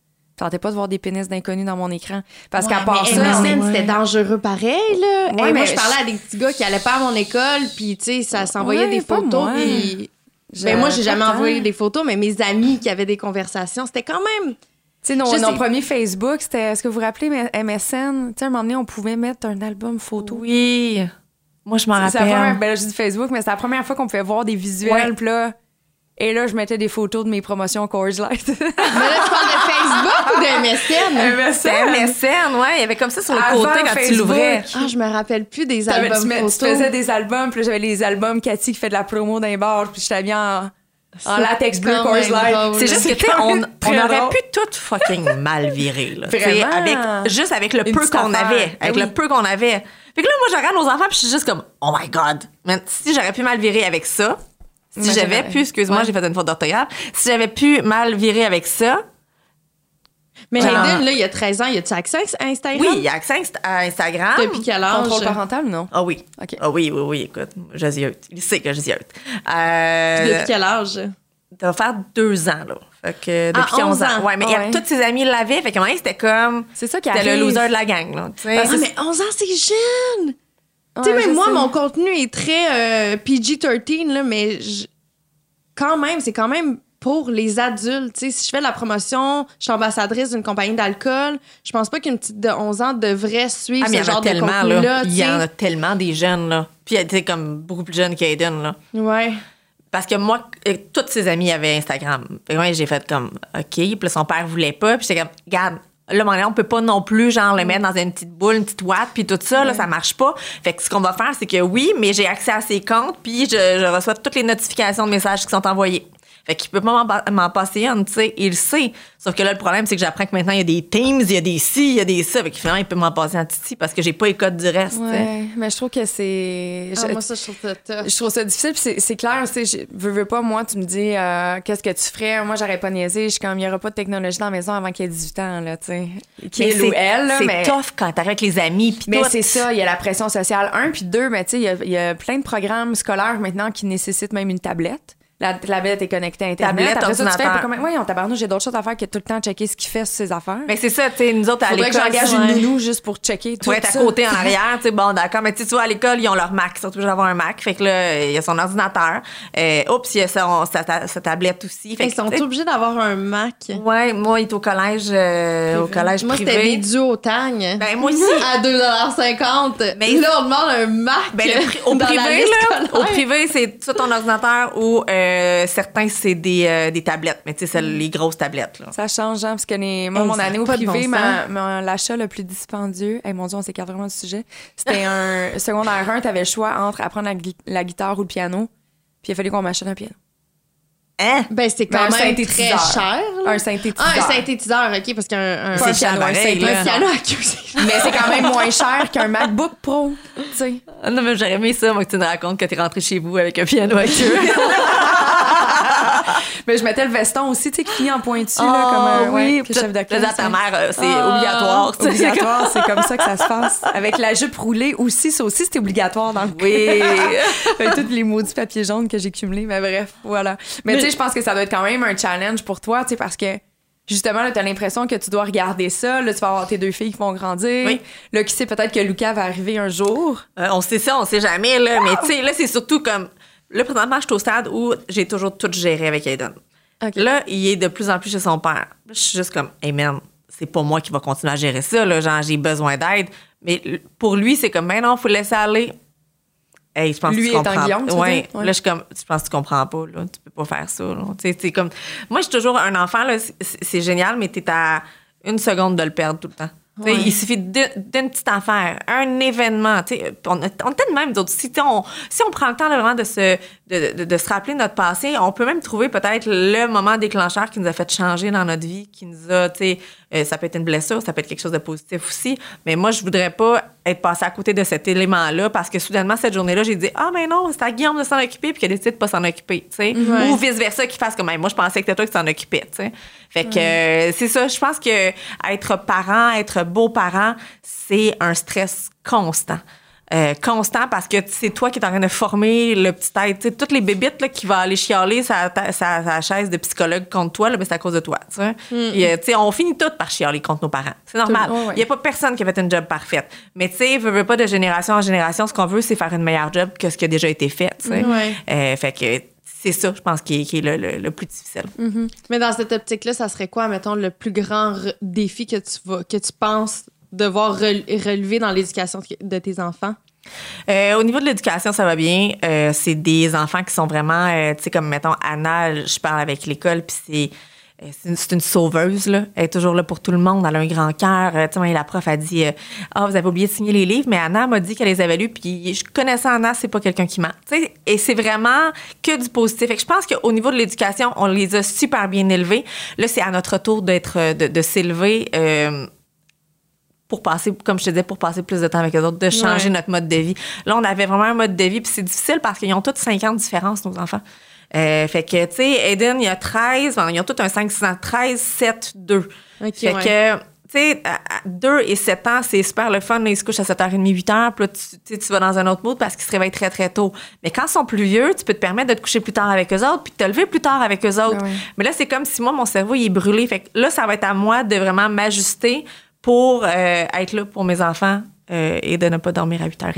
tentais pas de voir des pénis d'inconnus dans mon écran. Parce Ouais, qu'à part mais ça... M S N, ouais. c'était dangereux pareil, là. Ouais, Hey, moi, mais je parlais je- à des petits gars qui allaient pas à mon école, puis, tu sais, ça s'envoyait Ouais, des pas photos, moi. puis... Je- Ben, moi, j'ai jamais pas tant. envoyé des photos, mais mes amis qui avaient des conversations, c'était quand même... Tu sais, nos, Je nos sais. premiers Facebook, c'était, est-ce que vous vous rappelez, mais M S N? Tu sais, à un moment donné, on pouvait mettre un album photo. Oui. Moi, je m'en C'est la première, rappelle. ben là, je dis Facebook, mais c'est la première fois qu'on pouvait voir des visuels, Ouais. puis là... Et là, je mettais des photos de mes promotions Coors Light. Mais là, tu parles de Facebook ou de M S N? C'était M S N, ouais. Il y avait comme ça sur le Avant côté quand tu Facebook. l'ouvrais. Ah, je me rappelle plus des T'avais- albums tu, mets- tu photos. faisais des albums, puis là, j'avais les albums Cathy qui fait de la promo dans les bars, puis j'étais bien en, en C'est latex bleu quand Coors même Light. drôle. C'est juste que, tu sais, quand on, même on très aurait drôle. pu tout fucking mal virer, là. Tu sais, Vraiment. avec, juste avec le Une peu petite qu'on affaire. avait. Avec Ah le oui. peu qu'on avait. Fait que là, moi, je regarde nos enfants, puis je suis juste comme, oh my God. Man, si j'aurais pu mal virer avec ça, si Moi, j'avais j'aurais- pu, excuse-moi, Ouais. j'ai fait une faute d'orthographe, si j'avais pu mal virer avec ça, Mais Genre- Hayden, là, il y a treize ans, il a-tu accès à Instagram? oui, il y a accès à Instagram. Depuis quel âge? Contrôle parental ou non? Ah oui. OK. Ah oui, oui, oui, écoute, je ziote. Il sait que je ziote. Euh, Depuis quel âge? Ça va faire deux ans, là. Fait que Ah, depuis onze onze ans. ans. Ouais, mais il y a- Ouais. tous ses amis l'avaient. Fait qu'à un moment donné, c'était comme. C'est ça qui C'était arrive. le loser de la gang, là. Tu sais. Ah, mais onze ans, c'est jeune! tu sais, Ouais, même je moi, sais. mon contenu est très euh, P G treize, là, mais je- quand même, c'est quand même pour les adultes. Tu sais, si je fais de la promotion, je suis ambassadrice d'une compagnie d'alcool, je pense pas qu'une petite de onze ans devrait suivre Ah, mais il ce y en genre a de tellement, contenu-là. là. tu Il y en sais. a tellement des jeunes, là. Puis, tu sais, comme beaucoup plus jeunes qu'Aiden, là. Ouais. Parce que moi, euh, toutes ses amies avaient Instagram. Fait que moi, j'ai fait comme, OK. Puis là, son père voulait pas. Puis j'étais comme, regarde, là, à un moment donné, on peut pas non plus, genre, le mettre dans une petite boule, une petite ouate, puis tout ça, là, ça marche pas. Fait que ce qu'on va faire, c'est que oui, mais j'ai accès à ses comptes, puis je, je reçois toutes les notifications de messages qui sont envoyés. Fait qu'il peut pas m'en, pa- m'en passer une, tu sais, il le sait. Sauf que là, le problème, c'est que j'apprends que maintenant, il y a des Teams, il y a des ci, il y a des ça. Fait que finalement, il peut m'en passer un titi parce que j'ai pas les codes du reste, tu sais. Ouais, mais je trouve que c'est... Ah, je- moi, ça, je trouve ça tough. Je trouve ça difficile, puis c'est, c'est clair, tu sais, je veux, veux pas, moi, tu me dis, euh, qu'est-ce que tu ferais? Moi, j'aurais pas niaisé, je suis comme, il y aura pas de technologie dans la maison avant qu'il ait dix-huit ans, là, tu sais. Qu'il Mais ou elle, là, c'est mais... tough quand t'arrives avec les amis, puis Mais tout. c'est ça, il y a la pression sociale, un, puis deux, mais tu sais, il y a- il y, a plein de programmes scolaires maintenant qui nécessitent même une tablette. La tablette est connectée à Internet. Tablette, Après ça, tu fais ordinateur. un peu comme... Oui, on tabarnouche, j'ai d'autres choses à faire que tout le temps checker ce qu'il fait sur ses affaires. Mais c'est ça, tu sais, nous autres, à Faudrait que l'école, j'engage ouais. une nounou juste pour checker tout pour être à ça. côté en arrière, tu sais, bon, d'accord. Mais tu sais, tu vois, à l'école, ils ont leur Mac. Ils sont obligés d'avoir un Mac. Fait que là, il y a son ordinateur. Euh, oups, il y a son, sa, ta- sa tablette aussi. Fait Ils que, sont tu sais, obligés d'avoir un Mac. ouais, moi, il est au collège, euh, au collège Moi, privé. c'était des duotagne. Ben, moi aussi. À deux dollars cinquante. Mais- là, on demande un Mac. Ben, le pri- au dans la privé, liste là, scolaire. au privé, c'est soit ton ordinateur ou euh, certains, c'est des, euh, des tablettes. Mais tu sais, c'est les grosses tablettes, là. Ça change, hein, parce que les, moi, Hey, mon ça a année au pas de privé, bon ma, ma- l'achat le plus dispendieux, hey, mon Dieu, on s'écarte vraiment du sujet, c'était un secondaire un, t'avais le choix entre apprendre la, gui- la guitare ou le piano, puis il a fallu qu'on m'achète un piano. Hein? Ben, c'est Ben, quand un même très synthétiseur. cher. là. Un synthétiseur. Ah, un synthétiseur, OK, parce qu'un un, Pas un C'est cher piano, un pareil, là. un synthétiseur. piano à queue, c'est Mais c'est quand même moins cher qu'un MacBook Pro, tu sais. Ah non, mais j'aurais aimé ça, moi, que tu me racontes que t'es rentré chez vous avec un piano à queue. Mais je mettais le veston aussi, tu sais, qui finit en pointu, là, Oh, comme un oui, ouais, que chef de Là, classe. à ta mère, euh, c'est Ah, obligatoire. tu sais. Obligatoire, c'est comme ça que ça se passe. Avec la jupe roulée aussi, ça aussi, c'était obligatoire dans le Oui. Avec tous les maudits papiers jaunes que j'ai cumulés. Mais bref, voilà. Mais, tu sais, je pense que ça doit être quand même un challenge pour toi, tu sais, parce que justement, là, t'as l'impression que tu dois regarder ça. Là, tu vas avoir tes deux filles qui vont grandir. Oui. Là, qui sait, peut-être que Lucas va arriver un jour. Euh, on sait ça, on sait jamais, là. Mais tu sais, là, c'est surtout comme. Là, présentement, je suis au stade où j'ai toujours tout géré avec Aiden. OK. Là, il est de plus en plus chez son père. Là, je suis juste comme, hey man, c'est pas moi qui va continuer à gérer ça, là. Genre, j'ai besoin d'aide. Mais l- pour lui, c'est comme, ben non, faut le laisser aller. Hey, je pense Lui que tu étant comprends. Guillaume, tu veux ouais. dire? Ouais. Là, je suis comme, je pense que tu comprends pas, là. Tu peux pas faire ça, là. Tu sais, c'est comme. Moi, je suis toujours un enfant, là. C'est, c'est génial, mais t'es à une seconde de le perdre tout le temps. Tu sais, Ouais. Il suffit de- d'une petite affaire, un événement. Tu sais, On, a- on est de même, d'autres. Si, tu sais, on, si on prend le temps là, vraiment de se, de, de- de se rappeler de notre passé, on peut même trouver peut-être le moment déclencheur qui nous a fait changer dans notre vie, qui nous a, tu sais, euh, ça peut être une blessure, ça peut être quelque chose de positif aussi. Mais moi, je voudrais pas être passée à côté de cet élément-là parce que soudainement, cette journée-là, j'ai dit, ah, mais non, c'est à Guillaume de s'en occuper, puis qu'il a décidé de pas s'en occuper, tu sais. Ouais. Ou vice-versa, qu'il fasse comme, hey, moi, je pensais que c'était toi qui t'en occupais, tu sais. Fait que euh, c'est ça, je pense que être parent, être beau-parent, c'est un stress constant. euh, constant parce que c'est toi qui es en train de former le petit être. Tu sais, toutes les bébites là, qui vont aller chialer sa, sa, sa, sa chaise de psychologue contre toi, là, mais c'est à cause de toi. Tu sais. Mm. Et, tu sais, on finit toutes par chialer contre nos parents. C'est normal. Il oh, ouais. n'y a pas personne qui a fait une job parfaite. Mais tu sais, veut, veut pas de génération en génération, ce qu'on veut, c'est faire une meilleure job que ce qui a déjà été fait. Tu sais. Ouais. Euh, fait que c'est ça, je pense, qui est, qui est le, le, le plus difficile. Mm-hmm. Mais dans cette optique-là, ça serait quoi, mettons, le plus grand re- défi que tu, vas, que tu penses devoir re- relever dans l'éducation de tes enfants? Euh, au niveau de l'éducation, ça va bien. Euh, c'est des enfants qui sont vraiment, euh, tu sais, comme, mettons, Anna, je parle avec l'école, puis c'est... C'est une, c'est une sauveuse, là. Elle est toujours là pour tout le monde. Elle a un grand cœur. Tu sais, la prof a dit « Ah, oh, vous avez oublié de signer les livres. » Mais Anna m'a dit qu'elle les avait lus. Puis je connaissais Anna, c'est pas quelqu'un qui ment. Tu sais, et c'est vraiment que du positif. Fait que je pense qu'au niveau de l'éducation, on les a super bien élevés. Là, c'est à notre tour d'être, de, de s'élever euh, pour passer, comme je te disais, pour passer plus de temps avec eux autres, de changer ouais. notre mode de vie. Là, on avait vraiment un mode de vie. Puis c'est difficile parce qu'ils ont tous cinq ans de différence, nos enfants. Euh, fait que, tu sais, Aiden, il y a treize, bon, ils ont tous un cinq six ans, treize, sept, deux. Okay, fait ouais. que, tu sais, deux et sept ans, c'est super le fun. Là, ils se couchent à sept heures trente, huit heures, puis là, tu, tu vas dans un autre mood parce qu'ils se réveillent très, très tôt. Mais quand ils sont plus vieux, tu peux te permettre de te coucher plus tard avec eux autres, puis de te lever plus tard avec eux autres. Ah oui. Mais là, c'est comme si moi, mon cerveau, il est brûlé. Fait que là, ça va être à moi de vraiment m'ajuster pour euh, être là pour mes enfants euh, et de ne pas dormir à huit heures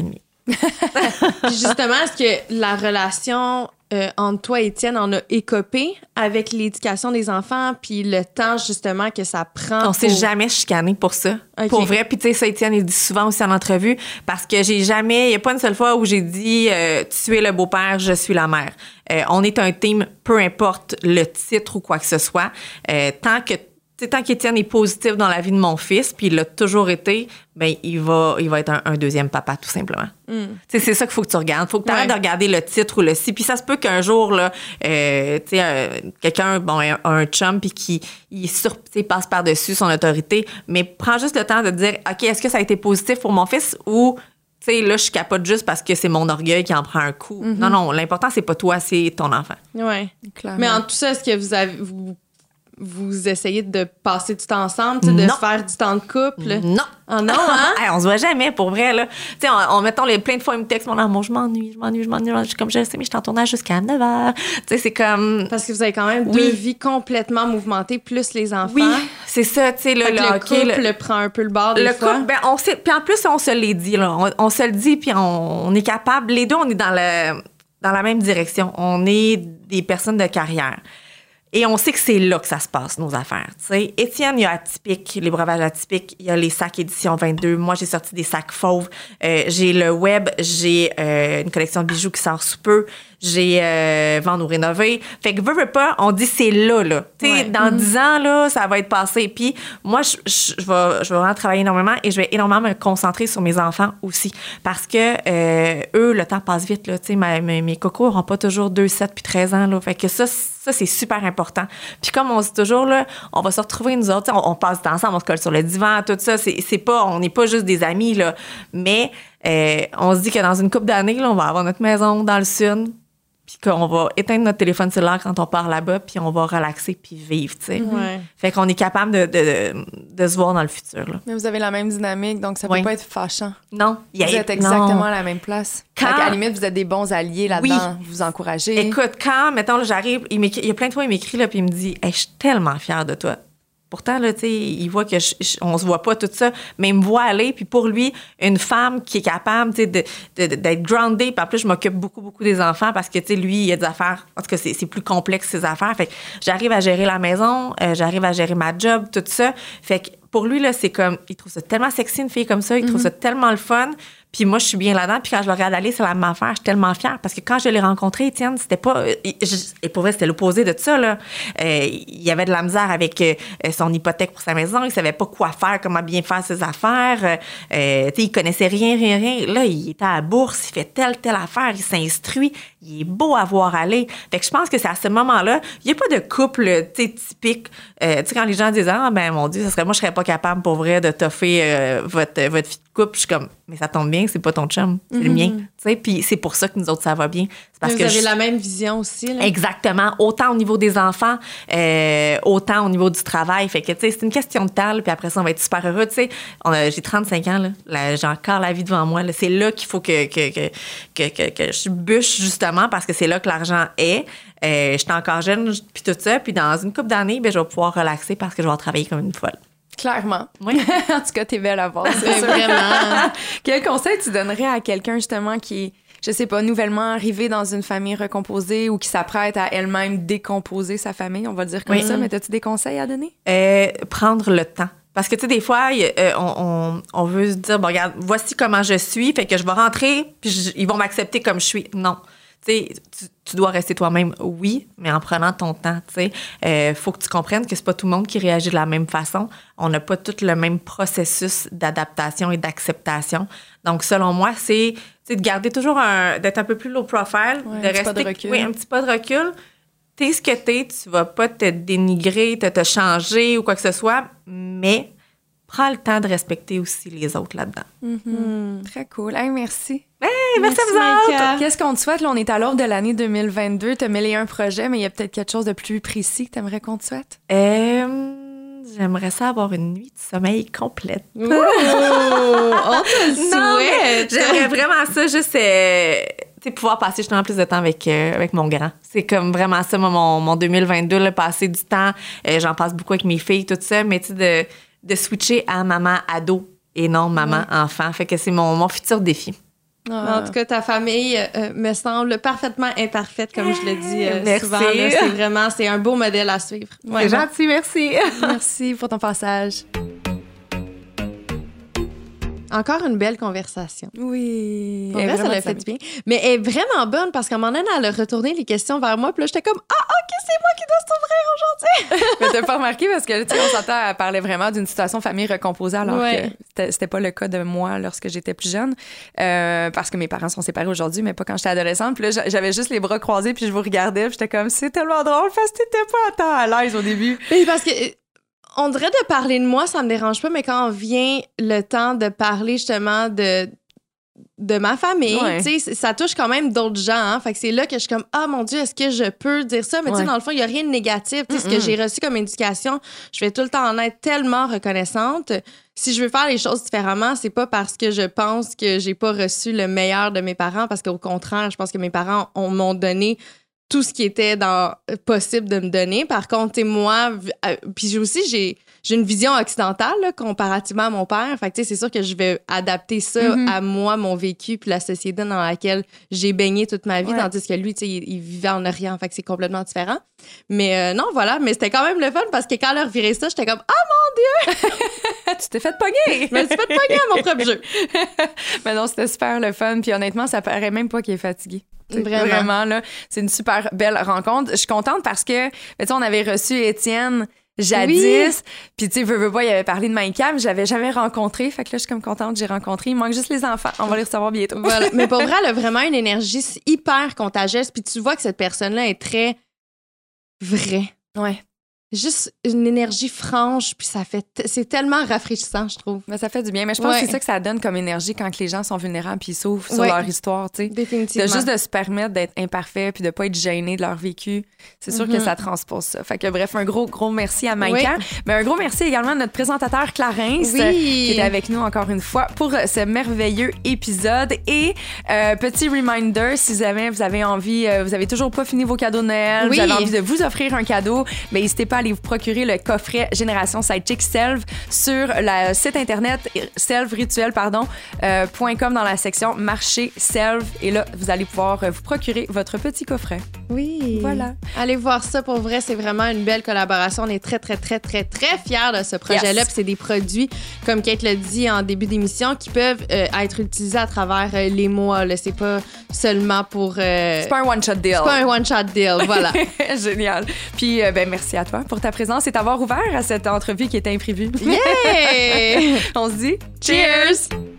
trente. Justement, est-ce que la relation euh, entre toi et Étienne en a écopé avec l'éducation des enfants puis le temps justement que ça prend? On pour... s'est jamais chicané pour ça. Okay. Pour vrai. Puis tu sais, ça, Étienne, il dit souvent aussi en entrevue parce que j'ai jamais... Il n'y a pas une seule fois où j'ai dit euh, « Tu es le beau-père, je suis la mère euh, ». On est un team, peu importe le titre ou quoi que ce soit. Euh, tant que T'sais, tant qu'Étienne est positif dans la vie de mon fils, puis il l'a toujours été, ben il va, il va être un, un deuxième papa, tout simplement. Mm. C'est ça qu'il faut que tu regardes. Il faut que tu arrêtes ouais. de regarder le titre ou le si. Puis ça se peut qu'un jour, là, euh, euh, quelqu'un, bon, un, un chum, puis qui il sur, passe par-dessus son autorité, mais prends juste le temps de dire, OK, est-ce que ça a été positif pour mon fils ou... Tu sais, là, je capote juste parce que c'est mon orgueil qui en prend un coup. Mm-hmm. Non, non, l'important, c'est pas toi, c'est ton enfant. Oui, clairement. Mais en tout ça, est-ce que vous avez... Vous... vous essayez de passer du temps ensemble, de se faire du temps de couple? Non. Oh non, hein? Hey, on se voit jamais, pour vrai, là. Tu sais, on, on, mettons, les, plein de fois, ils me textent, mon amour, je m'ennuie, je m'ennuie, je m'ennuie. Je suis comme, je sais, mais je suis en tournage jusqu'à neuf heures. Tu sais, c'est comme... Parce que vous avez quand même oui. deux vies complètement mouvementées, plus les enfants. Oui, c'est ça, tu sais, le, le, le couple le, prend un peu le bord des le fois. Couple, ben, on sait, puis en plus, on se l'est dit, là. On, on se le dit, puis on, on est capable. Les deux, on est dans, le, dans la même direction. On est des personnes de carrière. Et on sait que c'est là que ça se passe, nos affaires. T'sais. Étienne, il y a Atypique, les breuvages atypiques. Il y a les sacs édition vingt-deux. Moi, j'ai sorti des sacs fauves. Euh, j'ai le web. J'ai euh, une collection de bijoux qui sort sous peu. J'ai euh, Vendre ou rénover. Fait que veux, veux pas, on dit c'est là, là. Tu sais, ouais. dans mm-hmm. dix ans, là, ça va être passé. Puis moi, je, je, je, vais, je vais vraiment travailler énormément et je vais énormément me concentrer sur mes enfants aussi. Parce que euh, eux, le temps passe vite, là. Tu sais, mes, mes, mes cocos n'auront pas toujours deux, sept puis treize ans, là. Fait que ça, ça, c'est super important. Puis comme on dit toujours, là, on va se retrouver nous autres. On, on passe du temps ensemble, on se colle sur le divan, tout ça. C'est, c'est pas, on n'est pas juste des amis, là. Mais euh, on se dit que dans une couple d'années, là, on va avoir notre maison dans le sud. Puis qu'on va éteindre notre téléphone cellulaire quand on part là-bas, puis on va relaxer puis vivre, tu sais. Ouais. Fait qu'on est capable de, de, de, de se voir dans le futur, là. Mais vous avez la même dynamique, donc ça peut oui. pas être fâchant. Non. Vous a, êtes exactement non. à la même place. Quand... À la limite, vous êtes des bons alliés là-dedans. Oui. Vous encouragez. Écoute, quand, mettons, là, j'arrive, il, il y a plein de fois, il m'écrit, là, puis il me dit hey, « Je suis tellement fière de toi. » Pourtant, là, tu sais, il voit que je, je, on se voit pas tout ça, mais il me voit aller. Puis pour lui, une femme qui est capable, tu sais, de, de, d'être groundée. Puis en plus, je m'occupe beaucoup, beaucoup des enfants parce que, tu sais, lui, il y a des affaires. En tout cas, c'est, c'est plus complexe, ses affaires. Fait que j'arrive à gérer la maison, euh, j'arrive à gérer ma job, tout ça. Fait que pour lui, là, c'est comme, il trouve ça tellement sexy, une fille comme ça. Il mm-hmm. trouve ça tellement le fun. Puis moi, je suis bien là-dedans. Puis quand je le regarde aller, c'est la même affaire. Je suis tellement fière. Parce que quand je l'ai rencontré, Étienne, c'était pas... Et pour vrai, c'était l'opposé de ça, là. Euh, il avait de la misère avec euh, son hypothèque pour sa maison. Il savait pas quoi faire, comment bien faire ses affaires. Euh, tu sais, il connaissait rien, rien, rien. Là, il était à la bourse. Il fait telle, telle affaire. Il s'instruit. Il est beau à voir aller. Fait que je pense que c'est à ce moment-là, il n'y a pas de couple, tu sais, typique. Euh, tu sais, quand les gens disent « Ah, ben mon Dieu, ça serait, moi, je serais pas capable, pour vrai, de toffer euh, votre, votre couple. Je suis comme, mais ça tombe bien, c'est pas ton chum, c'est mm-hmm. le mien. Tu sais, puis c'est pour ça que nous autres, ça va bien. C'est parce vous que avez je... la même vision aussi, là. Exactement. Autant au niveau des enfants, euh, autant au niveau du travail. Fait que, tu sais, c'est une question de temps, là, puis après ça, on va être super heureux. Tu sais, on a, j'ai trente-cinq ans, là, là, j'ai encore la vie devant moi. Là. C'est là qu'il faut que, que, que, que, que, que je bûche, justement, parce que c'est là que l'argent est. Euh, je suis encore jeune, puis tout ça. Puis dans une couple d'années, ben, je vais pouvoir relaxer parce que je vais travailler comme une folle. Clairement. Oui. En tout cas, t'es belle à voir. C'est vraiment. Quel conseil tu donnerais à quelqu'un, justement, qui est, je sais pas, nouvellement arrivé dans une famille recomposée ou qui s'apprête à elle-même décomposer sa famille, on va dire comme oui. ça, mais as-tu des conseils à donner? Euh, prendre le temps. Parce que, tu sais, des fois, euh, on, on, on veut se dire, bon, regarde, voici comment je suis, fait que je vais rentrer, puis je, ils vont m'accepter comme je suis. Non. Tu sais, tu, tu dois rester toi-même, oui, mais en prenant ton temps, tu sais. Euh, faut que tu comprennes que c'est pas tout le monde qui réagit de la même façon. On n'a pas tout le même processus d'adaptation et d'acceptation. Donc, selon moi, c'est, c'est de garder toujours un, d'être un peu plus low profile, ouais, de un rester, petit pas de recul. Oui, un petit pas de recul. T'es ce que t'es, tu vas pas te dénigrer, te, te changer ou quoi que ce soit, mais prends le temps de respecter aussi les autres là-dedans. Mm-hmm. Mm. Très cool. Hey, merci. Hey, merci, merci à vous autres. Qu'est-ce qu'on te souhaite? Là, on est à l'aube de l'année deux mille vingt-deux. Tu as mêlé un projet, mais il y a peut-être quelque chose de plus précis que tu aimerais qu'on te souhaite? Euh, j'aimerais ça avoir une nuit de sommeil complète. Oh, on te le souhaite! J'aimerais vraiment ça, juste euh, pouvoir passer justement plus de temps avec, euh, avec mon grand. C'est comme vraiment ça, moi, mon, mon deux mille vingt-deux, là, passer du temps. Euh, j'en passe beaucoup avec mes filles, tout ça, mais tu sais, de, de switcher à maman ado et non maman ouais. enfant. Fait que c'est mon, mon futur défi. Ah. En tout cas, ta famille euh, me semble parfaitement imparfaite, comme je le dis euh, souvent. Là, c'est vraiment, c'est un beau modèle à suivre. Ouais, c'est gentil, merci. Merci pour ton passage. Encore une belle conversation. Oui. Pour vrai, ça l'a fait du bien. Mais elle est vraiment bonne parce qu'à un moment donné, elle a retourné les questions vers moi. Puis là, j'étais comme « Ah, OK, c'est moi qui dois s'ouvrir aujourd'hui! » Mais t'as pas remarqué parce que, tu sais, on s'entend, elle parlait vraiment d'une situation famille recomposée alors ouais. que c'était, c'était pas le cas de moi lorsque j'étais plus jeune. Euh, parce que mes parents sont séparés aujourd'hui, mais pas quand j'étais adolescente. Puis là, j'avais juste les bras croisés puis je vous regardais puis j'étais comme « C'est tellement drôle parce que t'étais pas tant à l'aise au début. » Mais parce que... On dirait de parler de moi, ça me dérange pas, mais quand on vient le temps de parler justement de, de ma famille, ouais. tu sais, ça touche quand même d'autres gens. Hein? Fait que c'est là que je suis comme, ah mon Dieu, est-ce que je peux dire ça? Mais ouais. tu sais, dans le fond, il n'y a rien de négatif. Tu sais, ce que j'ai reçu comme éducation, je vais tout le temps en être tellement reconnaissante. Si je veux faire les choses différemment, c'est pas parce que je pense que j'ai pas reçu le meilleur de mes parents, parce qu'au contraire, je pense que mes parents on, m'ont donné tout ce qui était dans, possible de me donner. Par contre, moi, euh, puis j'ai aussi, j'ai, j'ai une vision occidentale là, comparativement à mon père. Fait que c'est sûr que je vais adapter ça mm-hmm. à moi, mon vécu, puis la société dans laquelle j'ai baigné toute ma vie, ouais. tandis que lui, il, il vivait en Orient. Fait que c'est complètement différent. Mais euh, non, voilà. Mais c'était quand même le fun parce que quand elle a reviré ça, j'étais comme « Ah, mon Dieu! » Tu t'es fait pogner! Je me suis fait pogner à mon propre jeu. Mais non, c'était super le fun. Puis honnêtement, ça paraît même pas qu'il est fatigué. Vraiment. Vraiment, là, c'est une super belle rencontre. Je suis contente parce que, tu sais, on avait reçu Étienne jadis, oui. puis tu sais, veux, veux pas, il avait parlé de Minecraft, je l'avais jamais rencontré, fait que là, je suis comme contente, j'ai rencontré. Il manque juste les enfants, on va les recevoir bientôt. Voilà. Mais pour vrai, elle a vraiment une énergie hyper contagieuse, puis tu vois que cette personne-là est très vraie. Ouais. Juste une énergie franche, puis ça fait... T- c'est tellement rafraîchissant, je trouve. Mais ça fait du bien. Mais je pense ouais. que c'est ça que ça donne comme énergie quand les gens sont vulnérables puis ils s'ouvrent sur ouais. leur histoire, tu sais. Définitivement. De juste de se permettre d'être imparfait puis de pas être gêné de leur vécu. C'est sûr mm-hmm. que ça transpose ça. Fait que bref, un gros, gros merci à Maïka. Oui. Mais un gros merci également à notre présentateur Clarence oui. qui est avec nous encore une fois pour ce merveilleux épisode. Et euh, petit reminder, si jamais vous avez envie, euh, vous avez toujours pas fini vos cadeaux de Noël, oui. vous avez envie de vous offrir un cadeau, ben n'hésitez pas à aller vous procurer le coffret Génération Sidechick Selve sur le site internet selve rituel pardon euh, .com dans la section marché selve et là vous allez pouvoir euh, vous procurer votre petit coffret. Oui. Voilà. Allez voir ça, pour vrai, c'est vraiment une belle collaboration. On est très très très très très fiers de ce projet-là. Yes. Puis c'est des produits, comme Kate l'a dit en début d'émission, qui peuvent euh, être utilisés à travers euh, les mois. Là. C'est pas seulement pour. Euh... C'est pas un one shot deal. C'est pas un one shot deal. Voilà. Génial. Puis euh, ben merci à toi pour ta présence et t'avoir ouvert à cette entrevue qui était imprévue. Yeah! On se dit cheers!